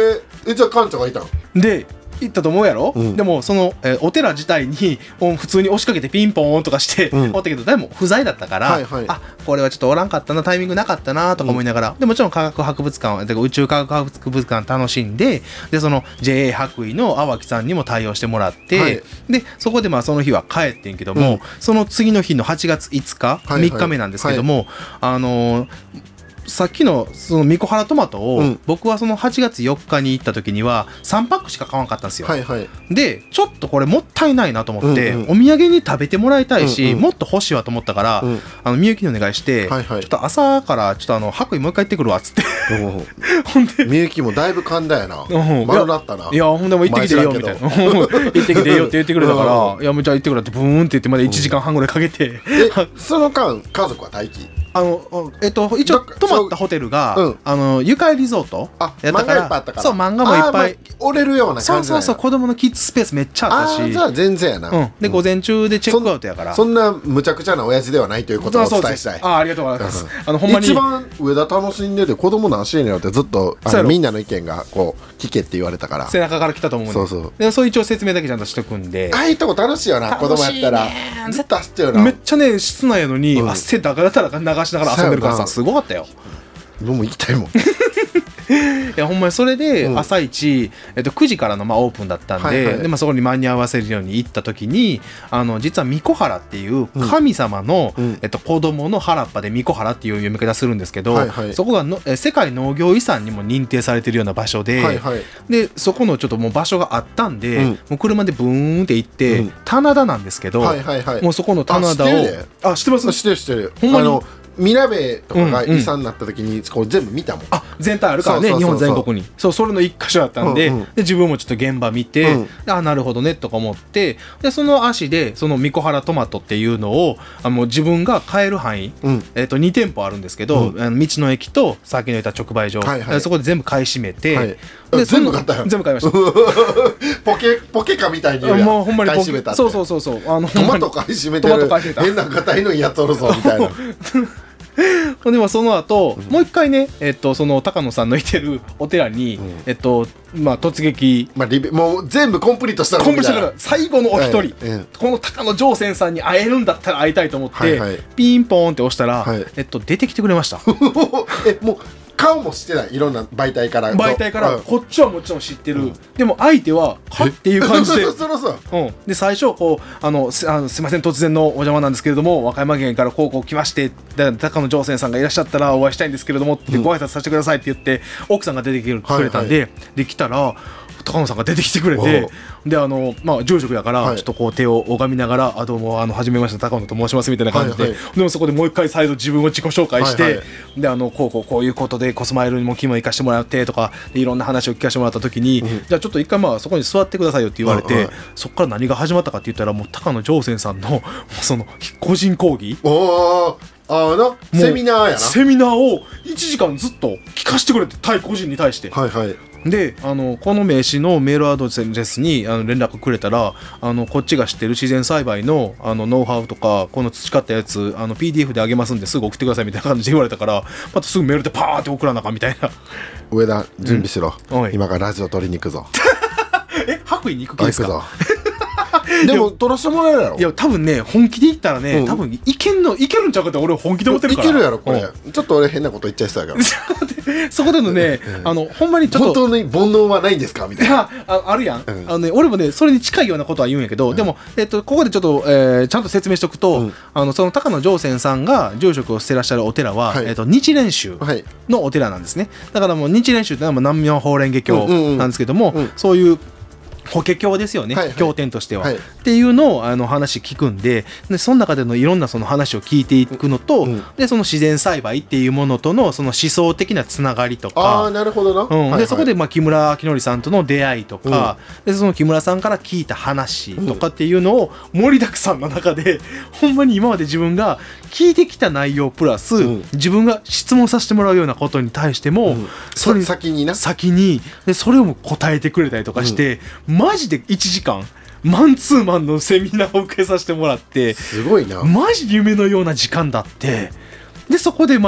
えじゃあ館長がいたので行ったと思うやろ、うん、でもその、えー、お寺自体に普通に押しかけてピンポーンとかして、うん、おったけどでも不在だったから、はいはい、あこれはちょっとおらんかったなタイミングなかったなとか思いながら、うん、でもちろん科学博物館宇宙科学博物館楽しんででその ジェーエー 白衣の淡木さんにも対応してもらって、はい、でそこでまあその日は帰ってんけども、うん、その次の日のはちがついつか、はいはい、みっかめなんですけども、はい、あのーさっきのその三小原トマトを、うん、僕はそのはちがつよっかに行った時にはさんパックしか買わなかったんですよ、はいはい、でちょっとこれもったいないなと思って、うんうん、お土産に食べてもらいたいし、うんうん、もっと欲しいわと思ったから、うん、あのみゆきにお願いして、はいはい、ちょっと朝からちょっとあの白衣もう一回行ってくるわっつってほんでみゆきもだいぶ噛んだやな丸なったないやほんでも行ってきていいよみたいな行ってきていいよって言ってくれたからいやもうじゃあ行ってくれってブーンって言ってまでいちじかんはんぐらいかけて、うん、 その間家族は待機あのえっと一応泊まったホテルが、うん、あのゆかいリゾートやったから漫画いっぱいあったからそう漫画もいっぱい、 まあ、折れるような感じそうそうそう子供のキッズスペースめっちゃあったしあじゃあ全然やな、 うん、で、うん、午前中でチェックアウトやからそんなむちゃくちゃな親父ではないということをお伝えしたいあありがとうございます、うん、あのほんまに一番上田楽しんでて子供何してんのよってずっとあのみんなの意見がこう聞けって言われたから背中から来たと思うんでそうそうでそう一応説明だけちゃんとしとくんでああいうとこ楽しいよな子供やったらずっと走っちゃうなめっちゃね室内やのに、うん、汗だからだら流しながら遊んでるからさすごかったよ僕も行きたいもんいやほんまにそれで朝一、うんえっと、くじからのまあオープンだったんで、はいはいでまあ、そこに間に合わせるように行った時にあの実は巫女原っていう神様の、うんえっと、子供の原っぱで巫女原っていう読み方するんですけど、はいはい、そこがのえ世界農業遺産にも認定されてるような場所で、はいはい、でそこのちょっともう場所があったんで、うん、もう車でブーンって行って、うん、棚田なんですけど、はいはいはい、もうそこの棚田をあ知ってます知ってる知ってるほんまにみなべとかが遺産になった時にこう全部見たもん、うんうん、 あ全体あるからね日本全国にそうそれの一箇所だったんで、うんうん、で自分もちょっと現場見て、うん、あなるほどねとか思ってでその足でその三小原トマトっていうのをあの自分が買える範囲、うんえー、とに店舗あるんですけど、うん、あの道の駅とさっきの言った直売所、はいはい、そこで全部買い占めて、はい、 で全部買ったよ全部買いましたポケポケカみたいに言うやんもうほんまに買い占めたってそうそうそうそうあのトマト買い占めてる変な硬いのにやつおるぞみたいなでもその後、うん、もう一回ね、えっと、その高野さんのいてるお寺に、うん、えっとまあ、突撃、 まあ、リベもう全部コンプリートしたのコンプリートしたから最後のお一人、はいうん、この高野上泉さんに会えるんだったら会いたいと思って、はいはい、ピンポーンって押したら、はいえっと、出てきてくれましたえもう顔も知ってないいろんな媒体から媒体から、うん、こっちはもちろん知ってる、うん、でも相手ははっていう感じでそろそろ、 うん、で最初こうあのすあのすいません突然のお邪魔なんですけれども和歌山県からこうこう来まして高野上泉さんがいらっしゃったらお会いしたいんですけれどもってご挨拶させてくださいって言って、うん、奥さんが出てきてくれたんで、はいはい、できたら高野さんが出てきてくれてであの、まあ、住職やから、はい、ちょっとこう手を拝みながらあどうもあの初めまして高野と申しますみたいな感じで、はいはい、でもそこでもう一回再度自分を自己紹介して、はいはい、であのこうこうこういうことでコスマイルにもキモ行かしてもらってとかいろんな話を聞かせてもらった時に、うん、じゃあちょっと一回まあそこに座ってくださいよって言われて、はいはい、そこから何が始まったかって言ったらもう高野上泉さんのその個人講義おあなセミナーやなセミナーをいちじかんずっと聞かせてくれて対個人に対して、 はいはいであのこの名刺のメールアドレスにあの連絡くれたらあのこっちが知ってる自然栽培 の, あのノウハウとかこの培ったやつあの ピーディーエフ であげますんですぐ送ってくださいみたいな感じで言われたからまたすぐメールでパーって送らなあかんみたいな上田準備しろ、うん、今からラジオ撮りに行くぞえ白衣に行く気ですかでも撮らせてもらえるやろいや多分ね本気で言ったらね、うん、多分いけんのいけるんちゃうかって俺本気で思ってるからいけるやろこれ、うん、ちょっと俺変なこと言っちゃいそうやからそこでのね、うん、あのほんまにちょっと本当に煩悩はないんですかみたいなあ, あるやん、うん、あのね、俺もねそれに近いようなことは言うんやけど、うん、でも、えっと、ここでちょっと、えー、ちゃんと説明しておくと、うん、あのその高野上泉さんが住職をしてらっしゃるお寺は、はいえっと、日蓮宗のお寺なんですねだからもう日蓮宗ってのはもう南無法蓮華経なんですけども、うんうんうん、そういう法華経ですよね、はいはい、経典としては、はい、っていうのをあの話聞くんで、でその中でのいろんなその話を聞いていくのと、うん、でその自然栽培っていうものとのその思想的なつながりとかあなるほどな、 うんはいはい、でそこでまあ木村明則さんとの出会いとか、うん、でその木村さんから聞いた話とかっていうのを盛りだくさんの中で、うん、ほんまに今まで自分が聞いてきた内容プラス、うん、自分が質問させてもらうようなことに対しても、うん、 それ先にな先にでそれをも答えてくれたりとかして、うんマジでいちじかんマンツーマンのセミナーを受けさせてもらってすごいなマジ夢のような時間だってでそこでまあ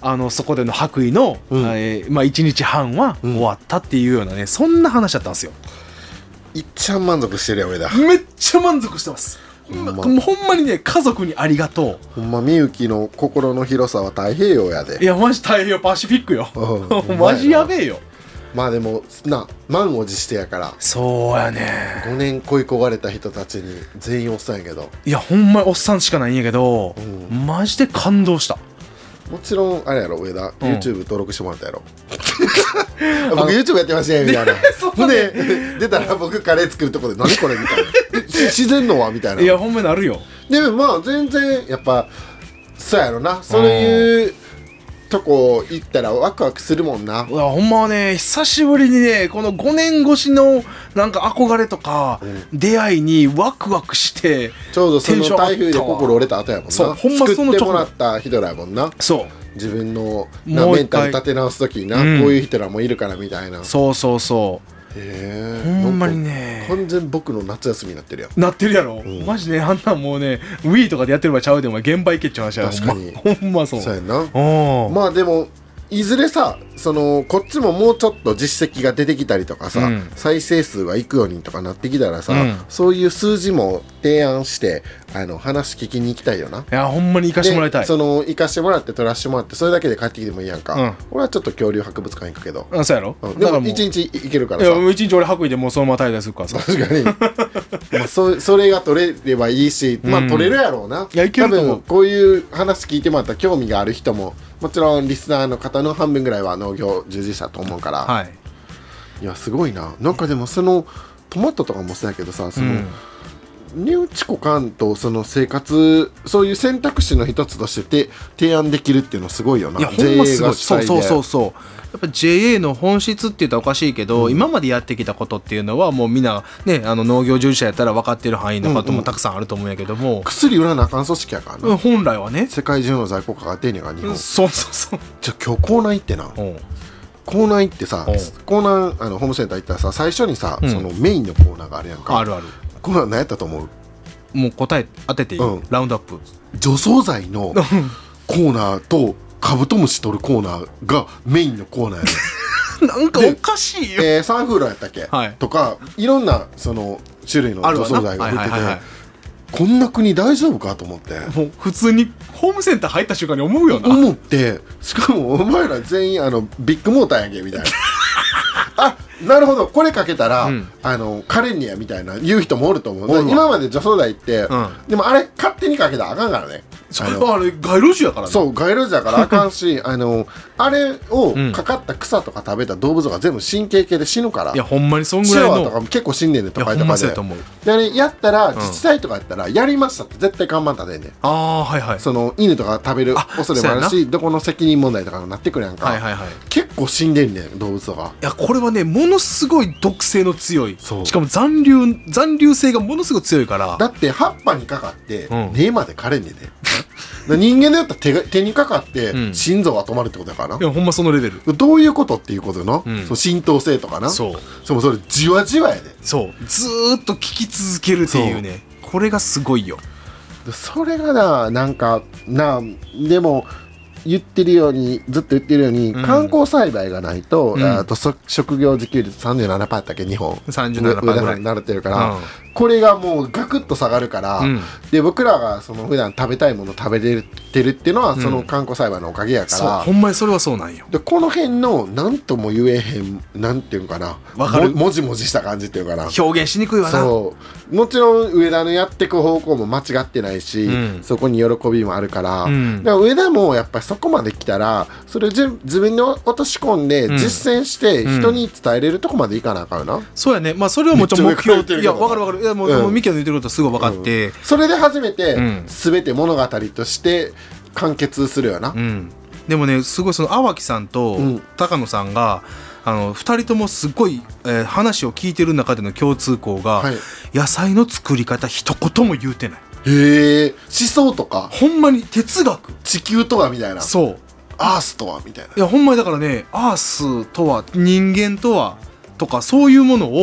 あのそこでの白衣の、うんえーまあ、いちにちはんは終わったっていうようなね、うん、そんな話だったんですよ。 いっちゃん満足してるよ上田。 めっちゃ満足してます。ほんま、ほんまにね家族にありがとう。ほんまみゆきの心の広さは太平洋やで。 いやマジ太平洋パシフィックよ、うん、マジやべえよ。 まあでもな満を持してやから。 そうやね。 ごねん恋焦がれた人たちに全員おっさんやけど。 いやほんまにおっさんしかないんやけど、うん、マジで感動した。 もちろんあれやろ上田、うん、YouTube 登録してもらったやろ僕 YouTube やってましたよみたいなほんで出たら僕カレー作るとこで何これみたいな自然のはみたいな。 いやほんまになるよ。 でもまあ全然やっぱそうやろな、そういうとこ行ったらワクワクするもんな。 いやほんまはね久しぶりにねこのごねん越しのなんか憧れとか、うん、出会いにワクワクしてちょうどその台風で心折れた後やもんな。そうほんまその作ってもらった人らやもんな。 そう自分のなメンタル立て直す時にな、うん、こういう人らもいるからみたいな。 そうそうそう。 へえほんまにね完全僕の夏休みになってるやん。 なってるやろ、うん、マジねあんなんもうね Wii とかでやってる場合ちゃうでお前現場行けっちゃう話や。 確かにほんまそうそうやな。まあでもいずれさそのこっちももうちょっと実績が出てきたりとかさ、うん、再生数がいくようにとかなってきたらさ、うん、そういう数字も提案してあの話聞きに行きたいよな。いやほんまに行かしてもらいたい。 その行かしてもらって撮らしてもらってそれだけで帰ってきてもいいやんか、うん、俺はちょっと恐竜博物館行くけど。 あそうやろ、 うん、でも一日行けるからさ。 いや一日俺白衣でもうそのまま滞在するからさ。 確かにまあ そ, それが撮れればいいし、まあ撮れるやろうな、うん、いやいけると思う。多分こういう話聞いてもらったら興味がある人ももちろんリスナーの方の半分ぐらいは農業従事者と思うから、はい、いやすごいな。なんかでもそのトマトとかもそうやけどさその、うん、値打ち股間とその生活そういう選択肢の一つとして提案できるっていうのすごいよな。 いやほんますごい。そうそうそうそう。やっぱ ジェーエー の本質って言ったらおかしいけど、うん、今までやってきたことっていうのはもうみんなねあの農業従事者やったら分かってる範囲のこともたくさんあると思うんやけども、うんうん、 薬売らなあかん組織やからな、 うん、本来はね世界中の在庫抱えてんねんから日本、うん、 そうそうそう。 じゃあ今日コーナー行ってな、うんコーナー行ってさ、コーナーあのホームセンター行ったらさ最初にさ、うん、そのメインのコーナーがあるやんか。 あるある。 コーナー何やったと思う？ もう答え当てていい、うん、ラウンドアップ。 除草剤のコーナーとカブトムシ取るコーナーがメインのコーナーやねなんかおかしいよ、 えー、サンフーロンやったっけ、はい、とかいろんなその種類の除草剤が出ててこんな国大丈夫かと思って。 もう普通にホームセンター入った瞬間に思うよな。 思ってしかもお前ら全員あのビッグモーターやんけみたいなあなるほどこれかけたら、うん、あのカレンニアみたいな言う人もおると思う。今まで除草剤って、うん、でもあれ勝手にかけたらあかんからね。 それはあれ街路樹やからね。 そう街路樹やからあかんしあのあれをかかった草とか食べた動物が全部神経系で死ぬから。 いやほんまにそんぐらいのチワワとかも結構死んでんねん都会とかで。であれやったら自治体とかやったらやりましたって絶対看板立てんねん。 ああはいはい。 その犬とか食べる恐れもあるしどこの責任問題とかになってくるやんか、はいはいはい、結構死んでんねん動物とか。 いやこれはねものすごい毒性の強いしかも残留残留性がものすごい強いから。 だって葉っぱにかかって根まで枯れんねんね人間でやったら 手, が手にかかって心臓が止まるってことだからな、うん、 いやほんまそのレベル。 どういうことっていうことの、うん、その浸透性とかな。そうそもそれじわじわやで。 そうずーっと聞き続けるっていうねこれがすごいよ。 それがななんかなでも言ってるようにずっと言ってるように、うん、観光栽培がないと、うん、あと職業自給率 さんじゅうななパーセント やったっけ日本さんじゅうななパーセント ぐらい慣れてるから、うん、これがもうガクッと下がるから、うん、で僕らがその普段食べたいものを食べれてるっていうのは、うん、その観光栽培のおかげやから。 そうほんまにそれはそうなんよ。 でこの辺の何とも言えへんなんていうんかなわかるも, もじもじした感じっていうかな表現しにくいわな。 そうもちろん上田のやっていく方向も間違ってないし、うん、そこに喜びもあるから、うん、だから上田もやっぱりそこまで来たらそれを自分で落とし込んで実践して人に伝えれるとこまでいかなあかんな、うん、 そうやね。まあそれはもちろん目標。いや分かる分かる。いやもう、うん、ミキの言ってることはすぐ分かって、うん、 それで初めて、うん、全て物語として完結するよな、うん、 でもねすごいその淡木さんと高野さんが、うん、あのふたりともすごい、えー、話を聞いてる中での共通項が、はい、野菜の作り方一言も言うてない。 へえ思想とかほんまに哲学地球とはみたいな。 そうアースとはみたいな。 いやほんまにだからねアースとは人間とはとかそういうものを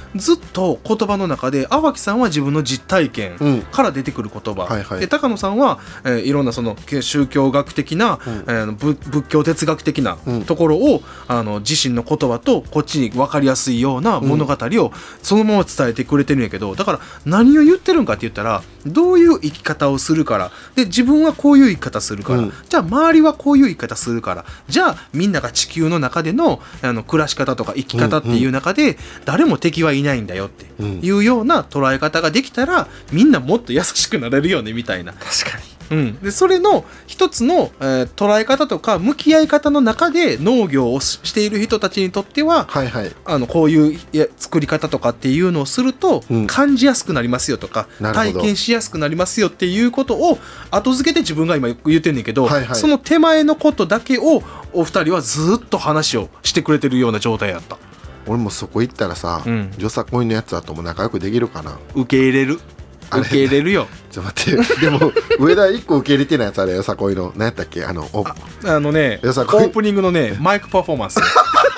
ずっと言葉の中で淡木さんは自分の実体験から出てくる言葉、うんはいはい、で高野さんは、えー、いろんなその宗教学的な、うんえー、仏教哲学的なところを、うん、あの自身の言葉とこっちに分かりやすいような物語をそのまま伝えてくれてるんやけど、だから何を言ってるんかって言ったらどういう生き方をするからで自分はこういう生き方するから、うん、じゃあ周りはこういう生き方するからじゃあみんなが地球の中での、あの暮らし方とか生き方っていう中で、うんうん、誰も敵はいないんだよっていうような捉え方ができたらみんなもっと優しくなれるよねみたいな。 確かにうん、でそれの一つの、えー、捉え方とか向き合い方の中で農業をしている人たちにとっては、はいはい、あのこういういや作り方とかっていうのをすると、うん、感じやすくなりますよとか体験しやすくなりますよっていうことを後付けて自分が今言ってんねんけど、はいはい、その手前のことだけをお二人はずっと話をしてくれてるような状態やった。 俺もそこ行ったらさ、うん、よさこいのやつだとも仲良くできるかな。 受け入れる受け入れるよ。 ちょっと待ってでも上田いっこ受け入れてないやつあれよさこいの何やったっけあのああのねオープニングのねマイクパフォーマンス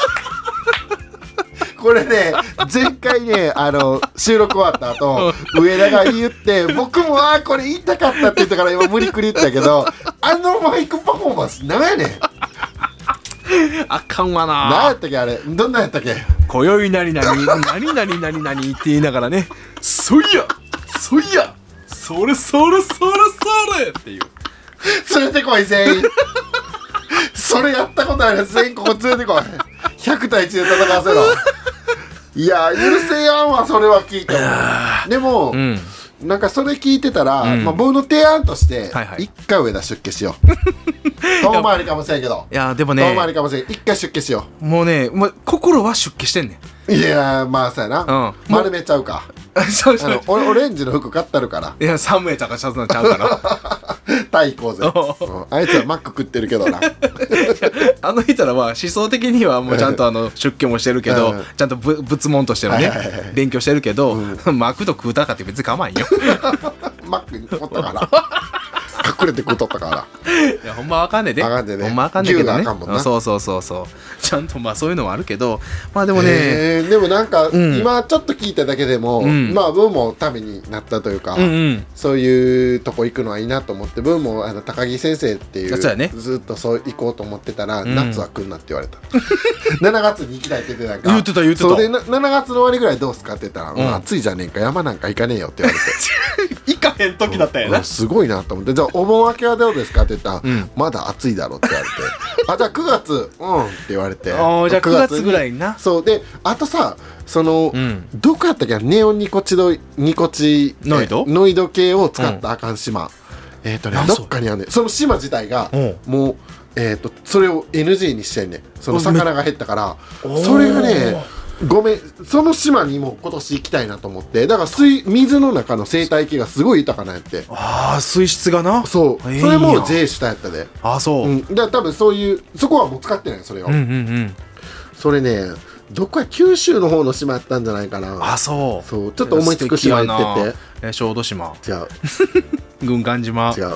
これね前回ねあの収録終わった後上田が言って僕もあこれ言いたかったって言ったから今無理くり言ったけどあのマイクパフォーマンス何やねんあかんわな。 何やったっけあれどんなんやったっけ今宵なりなになになになになにって言いながらねそいやそいやそれそれそれそれっていう連れてこい全員それやったことあるやつ全員ここ連れてこいひゃくたいいちで戦わせろいや許せやんわそれは聞いてもでも、うん、なんかそれ聞いてたら、うんまあ、僕の提案として一回上田出家しよう遠回りかもしれんけどいやでもね遠回りかもしれん一回出家しようもうねもう心は出家してんねんいやまあそうやな、うん、丸めちゃうかそうそうあのオレンジの服買ったるからいや寒いちゃうかシャツのちゃうからタイ行こうぜ、うん、あいつはマック食ってるけどなあの人らは思想的にはもうちゃんとあの出家もしてるけど、うん、ちゃんとぶ仏門としてのね、はいはいはい、勉強してるけど、うん、マクド食うたかって別に構わんよマックにおったから隠れて食うとったからいやほんまわかんねえであかんねえでほんまわかんねえけどねそうそうそうそうちゃんとまあそういうのもあるけどまあでもねでもなんか、うん、今ちょっと聞いただけでも、うん、まあブーもためになったというか、うんうん、そういうとこ行くのはいいなと思ってブーもあの高木先生っていう、ね、ずっとそう行こうと思ってたら、うん、夏は来んなって言われたしちがつに行きたいって言ってたんか言ってた言ってたそれでしちがつの終わりぐらいどうすかって言ったら、うん、暑いじゃねえか山なんか行かねえよって言われて行かへん時だったよな、うん、 すごいなと思ってじゃあお盆明けはどうですかって言ったら、うん、まだ暑いだろって言われてあじゃあくがつうんって言われてあじゃあくがつぐらいになそうであとさその、うん、どこやったっけネオニコチドニコチノイドノイド系を使ったあかん島、うん、えっ、ー、とねどっかにあるねその島自体がもうえっ、ー、とそれを エヌジー にしてんねんその魚が減ったからそれがねごめんその島にも今年行きたいなと思ってだから水水の中の生態系がすごい豊かなやってああ水質がなそうそれも J 下やったでああそう、うん、 だから多分そういうそこはもう使ってないそれを、うんうんうん、それねどこや九州の方の島やったんじゃないかなあそうそうちょっと思いつく島行っててえ小豆島違う軍艦島違う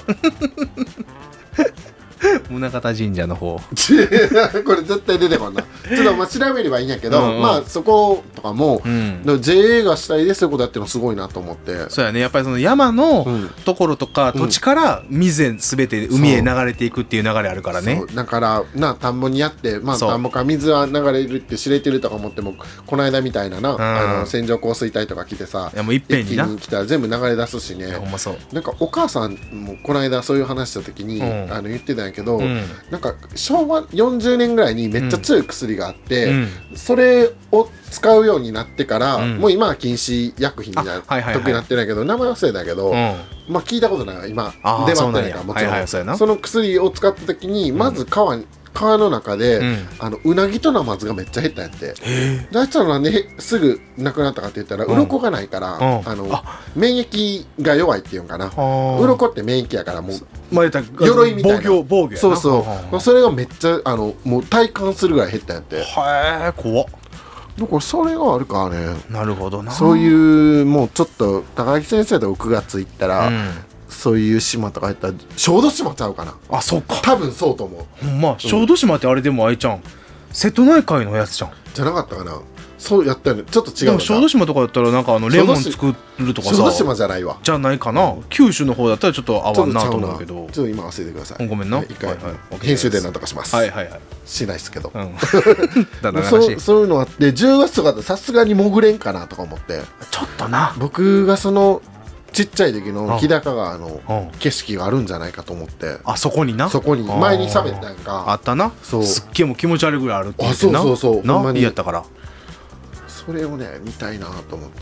宗像神社の方これ絶対出てこんなちょっとまあ調べればいいんやけどうん、うん、まあそことかも、うん、ジェーエー が主体でそういうことやってるのすごいなと思ってそうやねやっぱりその山のところとか、うん、土地から水へ全て海へ流れていくっていう流れあるからねそうだからな田んぼにやってまあ田んぼから水は流れるって知れてるとか思ってもこの間みたいなな、うん、あの線状降水帯とか来てさいやもういっぺんにな一気に来たら全部流れ出すしねほんまそうなんかお母さんもこの間そういう話した時に、うん、あの言ってたんやけど、うん、なんか昭和よんじゅうねんぐらいにめっちゃ強い薬があって、うん、それを使うようになってから、うん、もう今は禁止薬品になる、はいはいはい、時になってないけど名前忘れたけど、うん、まあ聞いたことない今出回ってないからもちろん、はいはい、そ, その薬を使った時にまず川に川の中で、うん、あのうなぎとナマズがめっちゃ減ったんやってであいつらなんですぐ亡くなったかって言ったら、うん、鱗がないから、うん、あのあ免疫が弱いっていうんかな鱗って免疫やからもう、まあ、鎧みたいな防御防御やなそうそうそれがめっちゃあのもう体感するぐらい減ったんやってへえ怖っだからそれがあるからねなるほどなそういうもうちょっと高木先生とくがつ行ったら、うんそういう島とか入ったら小豆島ちゃうかなあそうか多分そうと思うほんま小豆島ってあれでもあいちゃん瀬戸内海のやつじゃんじゃなかったかなそうやったよね。ちょっと違う。 でも小豆島とかだったらなんかあのレモン作るとかさ、 小豆島じゃないわじゃないかな、うん、九州の方だったらちょっと合わんなと思うけど、 ちょっと今忘れてください。 ごめんな、 はい、一回、はいはい、編集でなんとかします。 はいはいはい、 しないですけど、うん、 だだそう、そういうのあってじゅうがつとかさすがに潜れんかなとか思って、 ちょっとな僕がそのちっちゃい時の日高川の景色があるんじゃないかと思って、 あそこにな、 そこに前に喋ったんかあったな、そうすっげえもう気持ち悪いぐらいあるって言ってな、 あそうそうそうな、ほんまにやったから、 それをね見たいなと思って、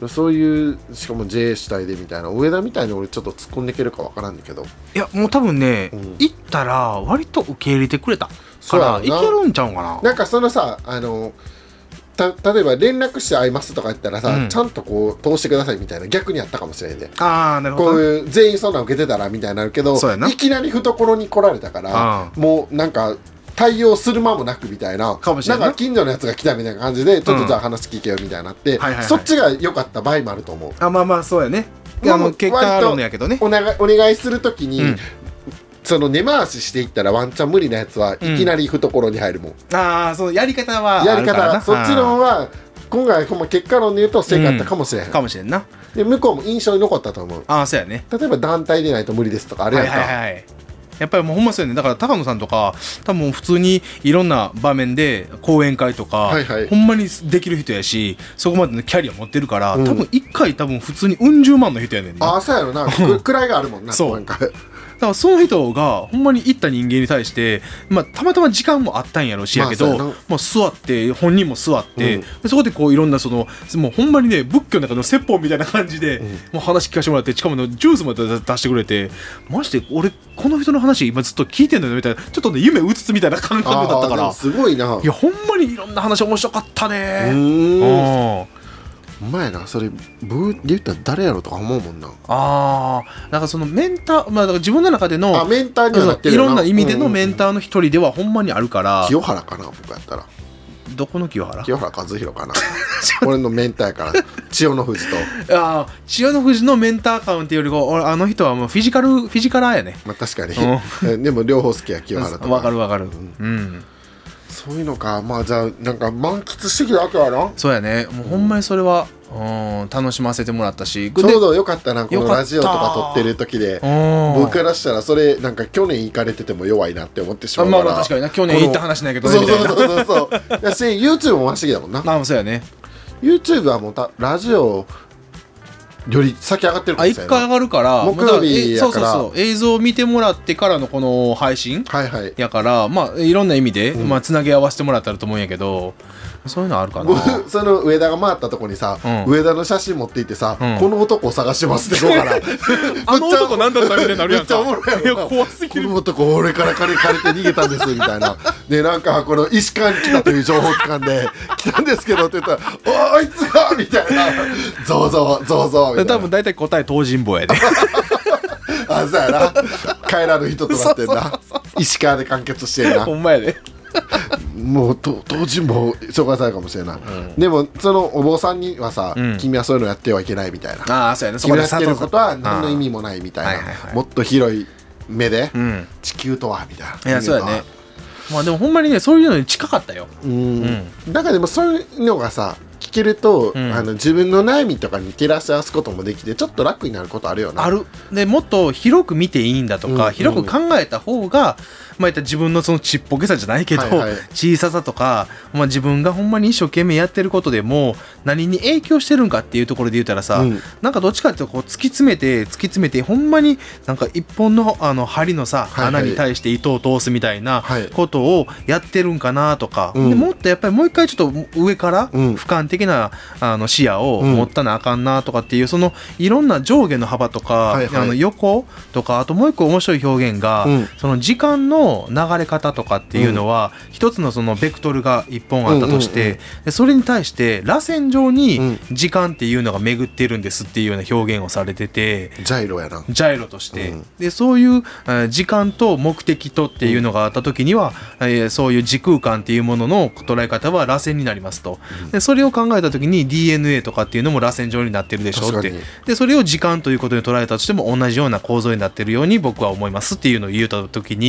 そういうしかも ジェイ 主体でみたいな、上田みたいに俺ちょっと突っ込んでいけるかわからんけど、 いやもう多分ね、うん、行ったら割と受け入れてくれたからいけるんちゃうかな。 なんかそのさ、あのた例えば連絡して会いますとか言ったらさ、うん、ちゃんとこう通してくださいみたいな逆にあったかもしれんで、 あーなるほど、 こういう全員そんなん受けてたらみたいになるけど、いきなり懐に来られたからもうなんか対応する間もなくみたいな、かもしれない、なんか近所のやつが来たみたいな感じで、ちょっとじゃあ話聞けよみたいになって、うんはいはいはい、そっちが良かった場合もあると思う。 あまあまあそうやね、あの結果論やけどね、 お願い、お願いするときに、うん、その根回ししていったらワンチャン無理なやつはいきなり懐に入るもん、 うん、ああそうやり方はやり方はそっちの方は今回ほんま結果論で言うと正解だったかもしれへん、うん、 かもしれんな。 で向こうも印象に残ったと思う。 ああそうやね、 例えば団体でないと無理ですとかあるやんか、はいはいはい、 やっぱりもうほんまそうやね。だから高野さんとか多分普通にいろんな場面で講演会とか、はいはい、ほんまにできる人やし、そこまでのキャリア持ってるから、うん、多分一回多分普通にうん十万の人やねんな。 ああそうやろな位があるもんな。 そうだからその人がほんまに行った人間に対して、まあ、たまたま時間もあったんやろうしやけど、まあまあ、座って本人も座って、うん、そこでこういろんなそのもうほんまにね仏教の中の説法みたいな感じで、うん、もう話聞かせてもらって、しかもジュースまで出してくれて、マジで俺この人の話今ずっと聞いてんのよみたいな、ちょっとね夢うつつみたいな感覚だったから、 すごいな。 いやほんまにいろんな話面白かったね。うーんお前な、それブーで言ったら誰やろとか思うもんな。 ああ、なんかそのメンター、まあだから自分の中でのあメンターにはなってるいろんな意味でのメンターの一人ではほんまにあるから。 清原かな僕やったら。 どこの清原？ 清原和弘かな。俺のメンターやから千代の富士と。 ああ、千代の富士のメンター感っていうよりも、あの人はもうフィジカルフィジカラーやね。 まあ確かに。うん、でも両方好きや清原とか。 わかるわかる。うん。 うんそういうのか。まあじゃあなんか満喫してきたわけやな。 そうやね。もうほんまにそれは、うん、楽しませてもらったし、 ちょうどよかったなこのラジオとか撮ってる時で、僕からしたらそれなんか去年行かれてても弱いなって思ってしまうから。 まあ確かにな、去年行った話ないけどねみたいな。 そうそうそうそうやし YouTube も回してきたもんな。 ああそうやね。 YouTube はもうたラジオより先上がってるかもしれない。あ一回上がるから木曜日やから、 そうそうそう映像を見てもらってからのこの配信やから、はいはい、まあいろんな意味で、うんまあ、つなげ合わせてもらったらと思うんやけど、そういうのあるかな。 僕その上田が回ったとこにさ、うん、上田の写真持っていってさ、うん、この男を探しますってどうかな。 あの男なんだったみたいになるやんか。 めっちゃおもろいやんか。 怖すぎる。 この男俺から借り借りて逃げたんですみたいな。でなんかこの石川に来たという情報機関で来たんですけどって言ったらおあいつがみたいな。ゾウゾウゾウゾウみたいな。 多分大体答え東尋坊やで。 あそうやな。帰らぬ人となってんな。石川で完結してんな。 ほんまやで。 もうと当時も紹介されるかもしれない、うん、でもそのお坊さんにはさ、うん、君はそういうのやってはいけないみたいな、 あそうやね、 君がやってることは何の意味もないみたいな、はいはいはい、もっと広い目で、うん、地球とはみたいな。 いやそうやね。まあでもほんまにねそういうのに近かったよ。うん、 うん、だからでもそういうのがさ聞けると、うん、あの自分の悩みとかに照らし合わすこともできてちょっと楽になることあるよな。 ある。でもっと広く見ていいんだとか、うんうん、広く考えた方がまあ、いった自分のそのちっぽけさじゃないけど、はいはい、小ささとか、まあ、自分がほんまに一生懸命やってることでも何に影響してるんかっていうところで言ったらさ、うん、なんかどっちかっていうとこう突き詰めて突き詰めてほんまになんか一本のあの針のさ、はいはい、穴に対して糸を通すみたいなことをやってるんかなとか、はい、でもっとやっぱりもう一回ちょっと上から俯瞰的なあの視野を持ったなあかんなとかっていう、そのいろんな上下の幅とか、はいはい、あの横とか、あともう一個面白い表現が、うん、その時間の流れ方とかっていうのは、うん、一つのそのベクトルが一本あったとして、うんうんうん、でそれに対して螺旋状に時間っていうのが巡っているんですっていうような表現をされてて、 ジャイロやな、 ジャイロとして、うん、でそういう、えー、時間と目的とっていうのがあった時には、うんえー、そういう時空間っていうものの捉え方は螺旋になりますと、うん、でそれを考えた時に ディーエヌエー とかっていうのも螺旋状になってるでしょうって、でそれを時間ということに捉えたとしても同じような構造になってるように僕は思いますっていうのを言うた時に、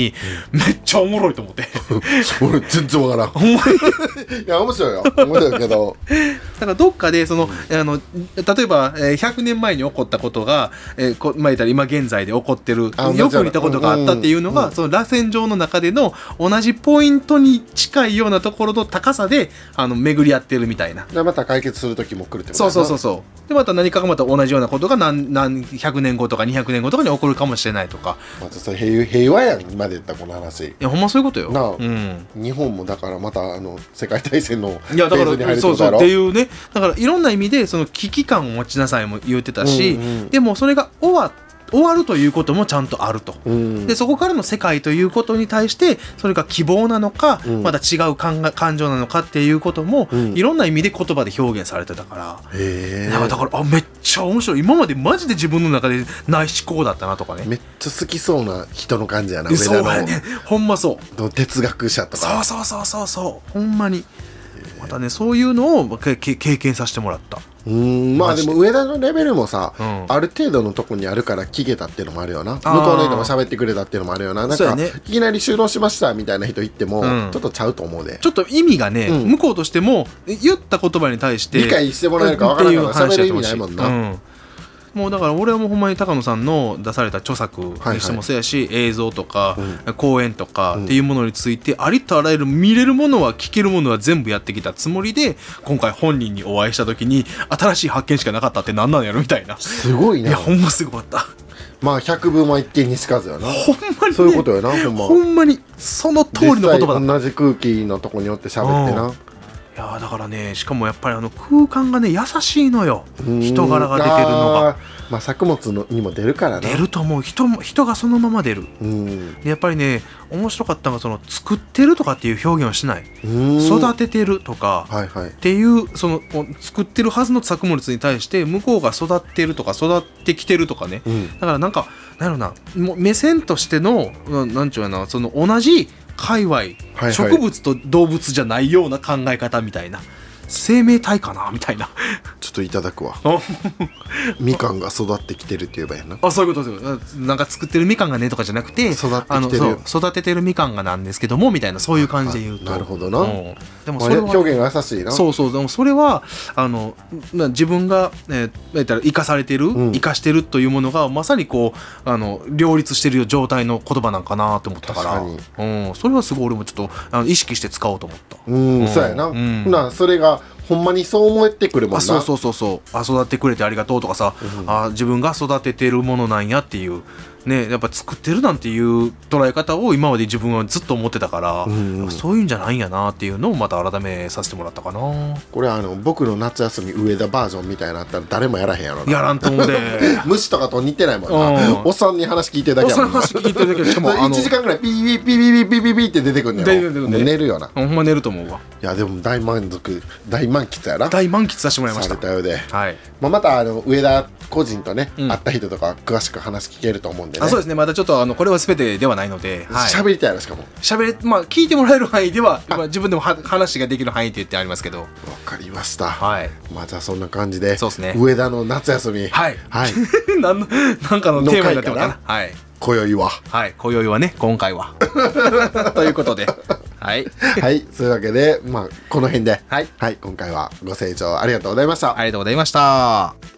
めっちゃおもろいと思って俺全然わからんほんまにいや面白いよ面白いけどだからどっかでその、うん、あの例えば、えー、ひゃくねんまえに起こったことが、えーこまあ、言ったら今現在で起こってるよく似たことがあったっていうのが、うんうん、その螺旋状の中での同じポイントに近いようなところの高さであの巡り合ってるみたいな。 でまた解決する時も来るってことそうそうそうそうでまた何かがまた同じようなことが何何ひゃくねんごとかにひゃくねんごとかに起こるかもしれないとか、 またそれ平平和やん今で言ったこの話。いやほんまそういうことよなあ、 うん、 日本もだからまたあの世界大戦のフェーズに入るってことだろ。 そうそうっていうねだからいろんな意味でその危機感を持ちなさいも言ってたし、うんうん、でもそれが終わって終わるということもちゃんとあると、うん、でそこからの世界ということに対してそれが希望なのか、うん、また違う感感情なのかっていうことも、うん、いろんな意味で言葉で表現されてたから、 へーだからあめっちゃ面白い今までマジで自分の中でない思考だったなとかね。 めっちゃ好きそうな人の感じやな。 そうやねほんまそう哲学者とかそうそうそうそうそうほんまにまたねそういうのを経験させてもらった。 うんまあでも上田のレベルもさ、うん、ある程度のとこにあるから聞けたっていうのもあるよな。向こうの人も喋ってくれたっていうのもあるよな。なんか、ね、いきなり収納しましたみたいな人言っても、うん、ちょっとちゃうと思うで。 ちょっと意味がね、うん、向こうとしても言った言葉に対して理解してもらえるか分からないから喋る意味ないもんな、 うんもうだから俺はもうほんまに高野さんの出された著作にしてもそうやし、はいはい、映像とか、うん、講演とかっていうものについて、うん、ありとあらゆる見れるものは聞けるものは全部やってきたつもりで今回本人にお会いした時に新しい発見しかなかったって何なんやろみたいな。 すごいな。 いやほんますごかった。 まあ百聞は一見にしかずやな。 ほんまに、ね、 そういうことやなほんま。 ほんまにその通りの言葉だ。 同じ空気のとこによって喋ってな。 いやだからねしかもやっぱりあの空間がね優しいのよ。人柄が出てるのがまあ作物のにも出るからね。 出ると思う 人, 人がそのまま出る。でやっぱりね面白かったのがその作ってるとかっていう表現をしない。育ててるとか、はいはい、っていうその作ってるはずの作物に対して向こうが育ってるとか育ってきてるとかね、うん、だからなんかなんやろなもう目線としてのなんちゅうやなその同じ界隈、はいはい、植物と動物じゃないような考え方みたいな生命体かなみたいなちょっといただくわみかんが育ってきてるって言えばいいな。 あそういうことですよ。なんか作ってるみかんがねとかじゃなくて育ってきてる育ててるみかんがなんですけどもみたいなそういう感じで言うと。 なるほどな、うん、 でもそれは、 表現が優しいな。 そうそうでもそれはあの自分が、えー、言ったら生かされてる、うん、生かしてるというものがまさにこうあの両立してる状態の言葉なんかなと思ったから、うん、それはすごい俺もちょっとあの意識して使おうと思った。 うん、うん、そうやな、うん、なそれがほんまにそう思ってくるもんな。 あそうそうそうそうあ育ってくれてありがとうとかさ、うん、あ自分が育ててるものなんやっていうねやっぱ作ってるなんていう捉え方を今まで自分はずっと思ってたから、うんうん、そういうんじゃないんやなっていうのをまた改めさせてもらったかな。 これあの僕の夏休み上田バージョンみたいなのあったら誰もやらへんやろな。 やらんと思うで虫とかと似てないもんな、うん、おっさんに話聞いてるだけやもんな。 おっさんに話聞いてるだけでしかもあのいちじかんぐらいピーピーピーピーピーピーピーって出てくるんだよ。もう寝るよな。 ほんま寝ると思うわ。 いやでも大満足大満喫やな。 大満喫させてもらいました。 されたようで、 はいまあ、またあの上田個人とね、うん、会った人とか詳しく話聞けると思うんでね。 あそうですねまたちょっとあのこれは全てではないので喋、はい、りたいな。しかも喋れまあ聞いてもらえる範囲ではまあ、自分でもは話ができる範囲って言ってありますけど。わかりました。 はいまあじゃあそんな感じでそうですね上田の夏休みはい、 はい、 なんのなんかのテーマになってるかな。はい今宵ははい今宵はね今回はということではいはいそういうわけでまあこの辺ではい、 はい、今回はご清聴ありがとうございました。 ありがとうございました。